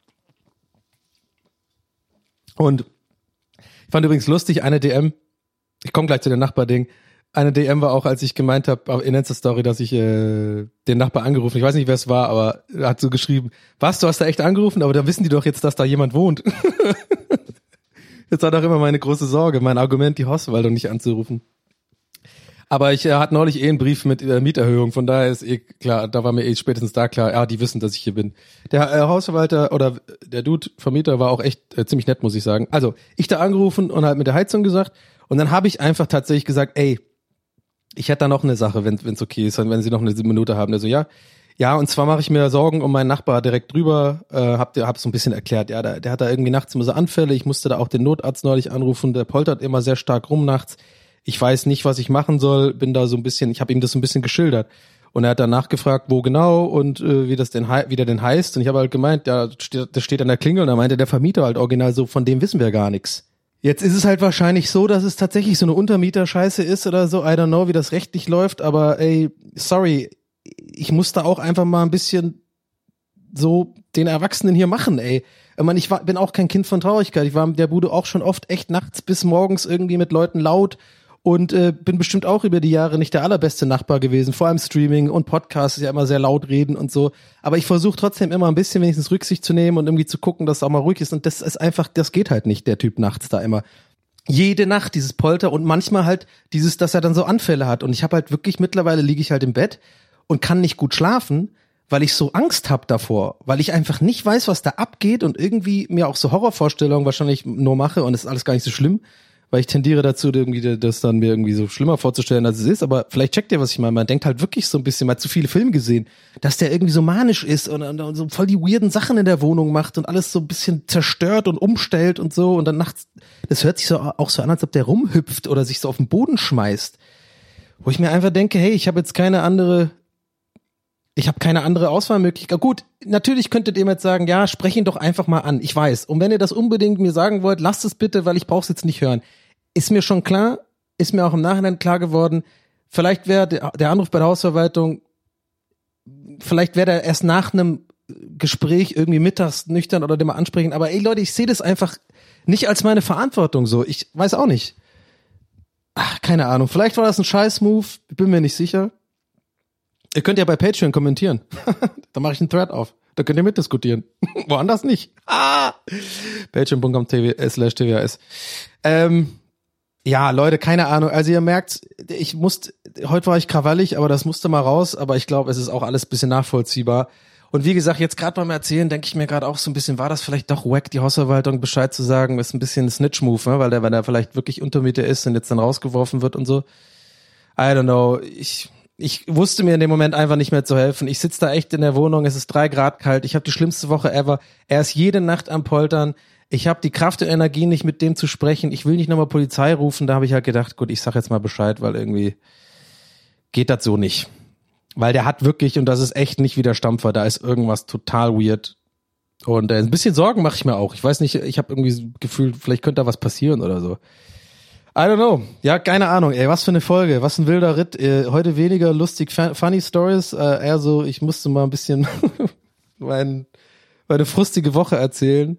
Und ich fand übrigens lustig, eine D M, ich komme gleich zu dem Nachbarding, eine D M war auch, als ich gemeint habe in Insta-Story, dass ich äh, den Nachbar angerufen, ich weiß nicht, wer es war, aber er hat so geschrieben, was, du hast da echt angerufen, aber dann wissen die doch jetzt, dass da jemand wohnt. Das war doch immer meine große Sorge, mein Argument, die Hausverwaltung nicht anzurufen. Aber ich äh, hatte neulich eh einen Brief mit äh, Mieterhöhung, von daher ist eh klar, da war mir eh spätestens da klar, ja, die wissen, dass ich hier bin. Der äh, Hausverwalter oder der Dude, Vermieter, war auch echt äh, ziemlich nett, muss ich sagen. Also, ich da angerufen und halt mit der Heizung gesagt und dann habe ich einfach tatsächlich gesagt, ey, ich hätte da noch eine Sache, wenn es okay ist, wenn Sie noch eine Minute haben. Der so, ja, Ja, und zwar mache ich mir Sorgen um meinen Nachbar direkt drüber, äh, hab, hab so ein bisschen erklärt, ja, der, der hat da irgendwie nachts immer so Anfälle, ich musste da auch den Notarzt neulich anrufen, der poltert immer sehr stark rum nachts, ich weiß nicht, was ich machen soll, bin da so ein bisschen, ich habe ihm das so ein bisschen geschildert und er hat dann nachgefragt, wo genau und äh, wie das denn wie der denn heißt und ich habe halt gemeint, ja, das steht an der Klingel und da meinte der Vermieter halt original so, von dem wissen wir gar nichts. Jetzt ist es halt wahrscheinlich so, dass es tatsächlich so eine Untermieterscheiße ist oder so, I don't know, wie das rechtlich läuft, aber ey, sorry, ich muss da auch einfach mal ein bisschen so den Erwachsenen hier machen, ey. Ich meine, ich war, bin auch kein Kind von Traurigkeit. Ich war mit der Bude auch schon oft echt nachts bis morgens irgendwie mit Leuten laut und äh, bin bestimmt auch über die Jahre nicht der allerbeste Nachbar gewesen. Vor allem Streaming und Podcasts ist ja immer sehr laut reden und so. Aber ich versuche trotzdem immer ein bisschen wenigstens Rücksicht zu nehmen und irgendwie zu gucken, dass es auch mal ruhig ist. Und das ist einfach, das geht halt nicht, der Typ nachts da immer. Jede Nacht dieses Polter und manchmal halt dieses, dass er dann so Anfälle hat. Und ich habe halt wirklich, mittlerweile liege ich halt im Bett und kann nicht gut schlafen, weil ich so Angst hab davor, weil ich einfach nicht weiß, was da abgeht und irgendwie mir auch so Horrorvorstellungen wahrscheinlich nur mache und es ist alles gar nicht so schlimm, weil ich tendiere dazu, irgendwie das dann mir irgendwie so schlimmer vorzustellen, als es ist, aber vielleicht checkt ihr, was ich meine, man denkt halt wirklich so ein bisschen, man hat zu viele Filme gesehen, dass der irgendwie so manisch ist und, und, und so voll die weirden Sachen in der Wohnung macht und alles so ein bisschen zerstört und umstellt und so und dann nachts, das hört sich so auch so an, als ob der rumhüpft oder sich so auf den Boden schmeißt, wo ich mir einfach denke, hey, ich habe jetzt keine andere Ich habe keine andere Auswahlmöglichkeit. Gut, natürlich könntet ihr mir jetzt sagen, ja, sprech ihn doch einfach mal an. Ich weiß. Und wenn ihr das unbedingt mir sagen wollt, lasst es bitte, weil ich brauch's jetzt nicht hören. Ist mir schon klar, ist mir auch im Nachhinein klar geworden, vielleicht wäre der, der Anruf bei der Hausverwaltung, vielleicht wäre der erst nach einem Gespräch irgendwie mittags nüchtern oder den mal ansprechen. Aber ey Leute, ich sehe das einfach nicht als meine Verantwortung so. Ich weiß auch nicht. Ach, keine Ahnung. Vielleicht war das ein Scheiß-Move. Ich bin mir nicht sicher. Ihr könnt ja bei Patreon kommentieren. Da mache ich einen Thread auf. Da könnt ihr mitdiskutieren. Woanders nicht. Ah! patreon punkt com slash t w a s Ähm, ja, Leute, keine Ahnung. Also ihr merkt, ich musste, heute war ich krawallig, aber das musste mal raus. Aber ich glaube, es ist auch alles ein bisschen nachvollziehbar. Und wie gesagt, jetzt gerade beim Erzählen denke ich mir gerade auch so ein bisschen, war das vielleicht doch wack, die Hausverwaltung Bescheid zu sagen, ist ein bisschen ein Snitch-Move, ne? weil der, wenn er vielleicht wirklich Untermieter ist und jetzt dann rausgeworfen wird und so. I don't know. Ich... Ich wusste mir in dem Moment einfach nicht mehr zu helfen. Ich sitze da echt in der Wohnung, es ist drei Grad kalt, ich habe die schlimmste Woche ever. Er ist jede Nacht am Poltern. Ich habe die Kraft und Energie nicht, mit dem zu sprechen. Ich will nicht nochmal Polizei rufen. Da habe ich halt gedacht, gut, ich sag jetzt mal Bescheid, weil irgendwie geht das so nicht. Weil der hat wirklich, und das ist echt nicht wie der Stampfer, da ist irgendwas total weird. Und äh, ein bisschen Sorgen mache ich mir auch. Ich weiß nicht, ich habe irgendwie das Gefühl, vielleicht könnte da was passieren oder so. I don't know. Ja, keine Ahnung. Ey, was für eine Folge. Was ein wilder Ritt. Äh, heute weniger lustig, funny Stories. Äh, eher so, ich musste mal ein bisschen mein, meine frustige Woche erzählen.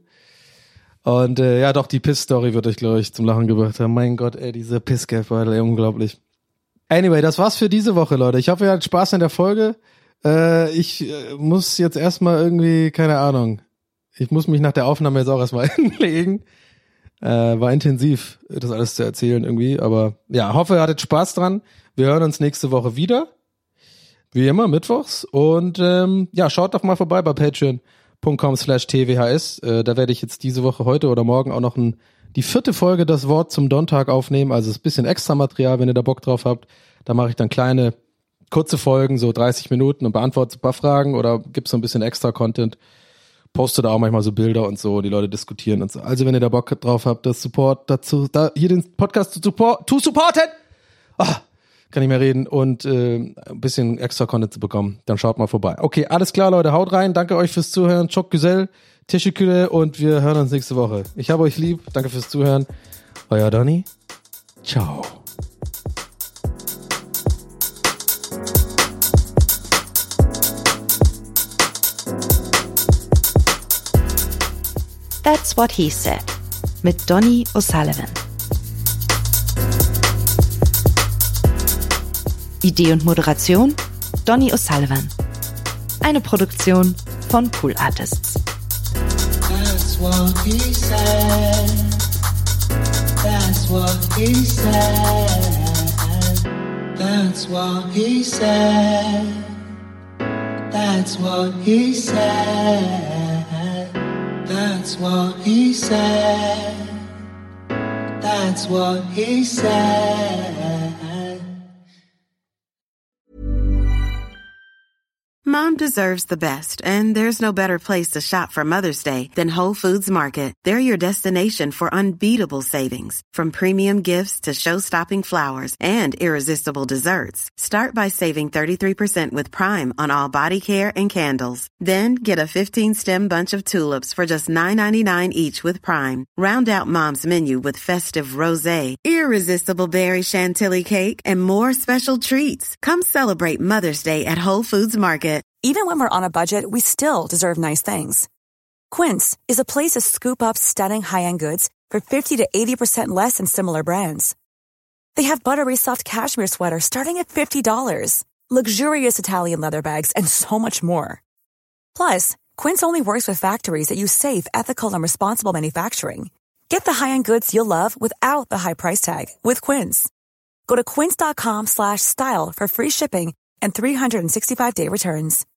Und äh, ja, doch, die Piss-Story wird euch, glaube ich, zum Lachen gebracht haben. Mein Gott, ey, diese Piss-Gap-Beutel, ey, unglaublich. Anyway, das war's für diese Woche, Leute. Ich hoffe, ihr hattet Spaß an der Folge. Äh, ich äh, muss jetzt erstmal irgendwie, keine Ahnung, ich muss mich nach der Aufnahme jetzt auch erstmal hinlegen. Äh, war intensiv, das alles zu erzählen irgendwie, aber ja, hoffe, ihr hattet Spaß dran. Wir hören uns nächste Woche wieder, wie immer, mittwochs und ähm, ja, schaut doch mal vorbei bei patreon punkt com slash t w h s. Äh, da werde ich jetzt diese Woche, heute oder morgen auch noch ein, die vierte Folge Das Wort zum Donntag aufnehmen, also ist ein bisschen extra Material, wenn ihr da Bock drauf habt. Da mache ich dann kleine, kurze Folgen, so dreißig Minuten und beantworte ein paar Fragen oder gibt's so ein bisschen extra Content. Poste da auch manchmal so Bilder und so, die Leute diskutieren und so. Also wenn ihr da Bock drauf habt, das Support dazu, da hier den Podcast zu support, to supporten, ah, kann ich mehr reden und äh, ein bisschen extra Content zu bekommen, dann schaut mal vorbei. Okay, alles klar, Leute, haut rein, danke euch fürs Zuhören, Çok Güzel, Teşekkürler und wir hören uns nächste Woche. Ich habe euch lieb, danke fürs Zuhören, euer Donny, ciao. That's What He Said mit Donny O'Sullivan. Idee und Moderation Donny O'Sullivan. Eine Produktion von Pool Artists. That's what he said. That's what he said. That's what he said. That's what he said. That's what he said. That's what he said. Mom deserves the best, and there's no better place to shop for Mother's Day than Whole Foods Market. They're your destination for unbeatable savings, from premium gifts to show-stopping flowers and irresistible desserts. Start by saving thirty-three percent with Prime on all body care and candles. Then get a fifteen-stem bunch of tulips for just nine ninety-nine each with Prime. Round out Mom's menu with festive rosé, irresistible berry chantilly cake, and more special treats. Come celebrate Mother's Day at Whole Foods Market. Even when we're on a budget, we still deserve nice things. Quince is a place to scoop up stunning high-end goods for fifty to eighty percent less than similar brands. They have buttery soft cashmere sweaters starting at fifty dollars, luxurious Italian leather bags, and so much more. Plus, Quince only works with factories that use safe, ethical, and responsible manufacturing. Get the high-end goods you'll love without the high price tag with Quince. Go to quince.com slash style for free shipping and three sixty-five day returns.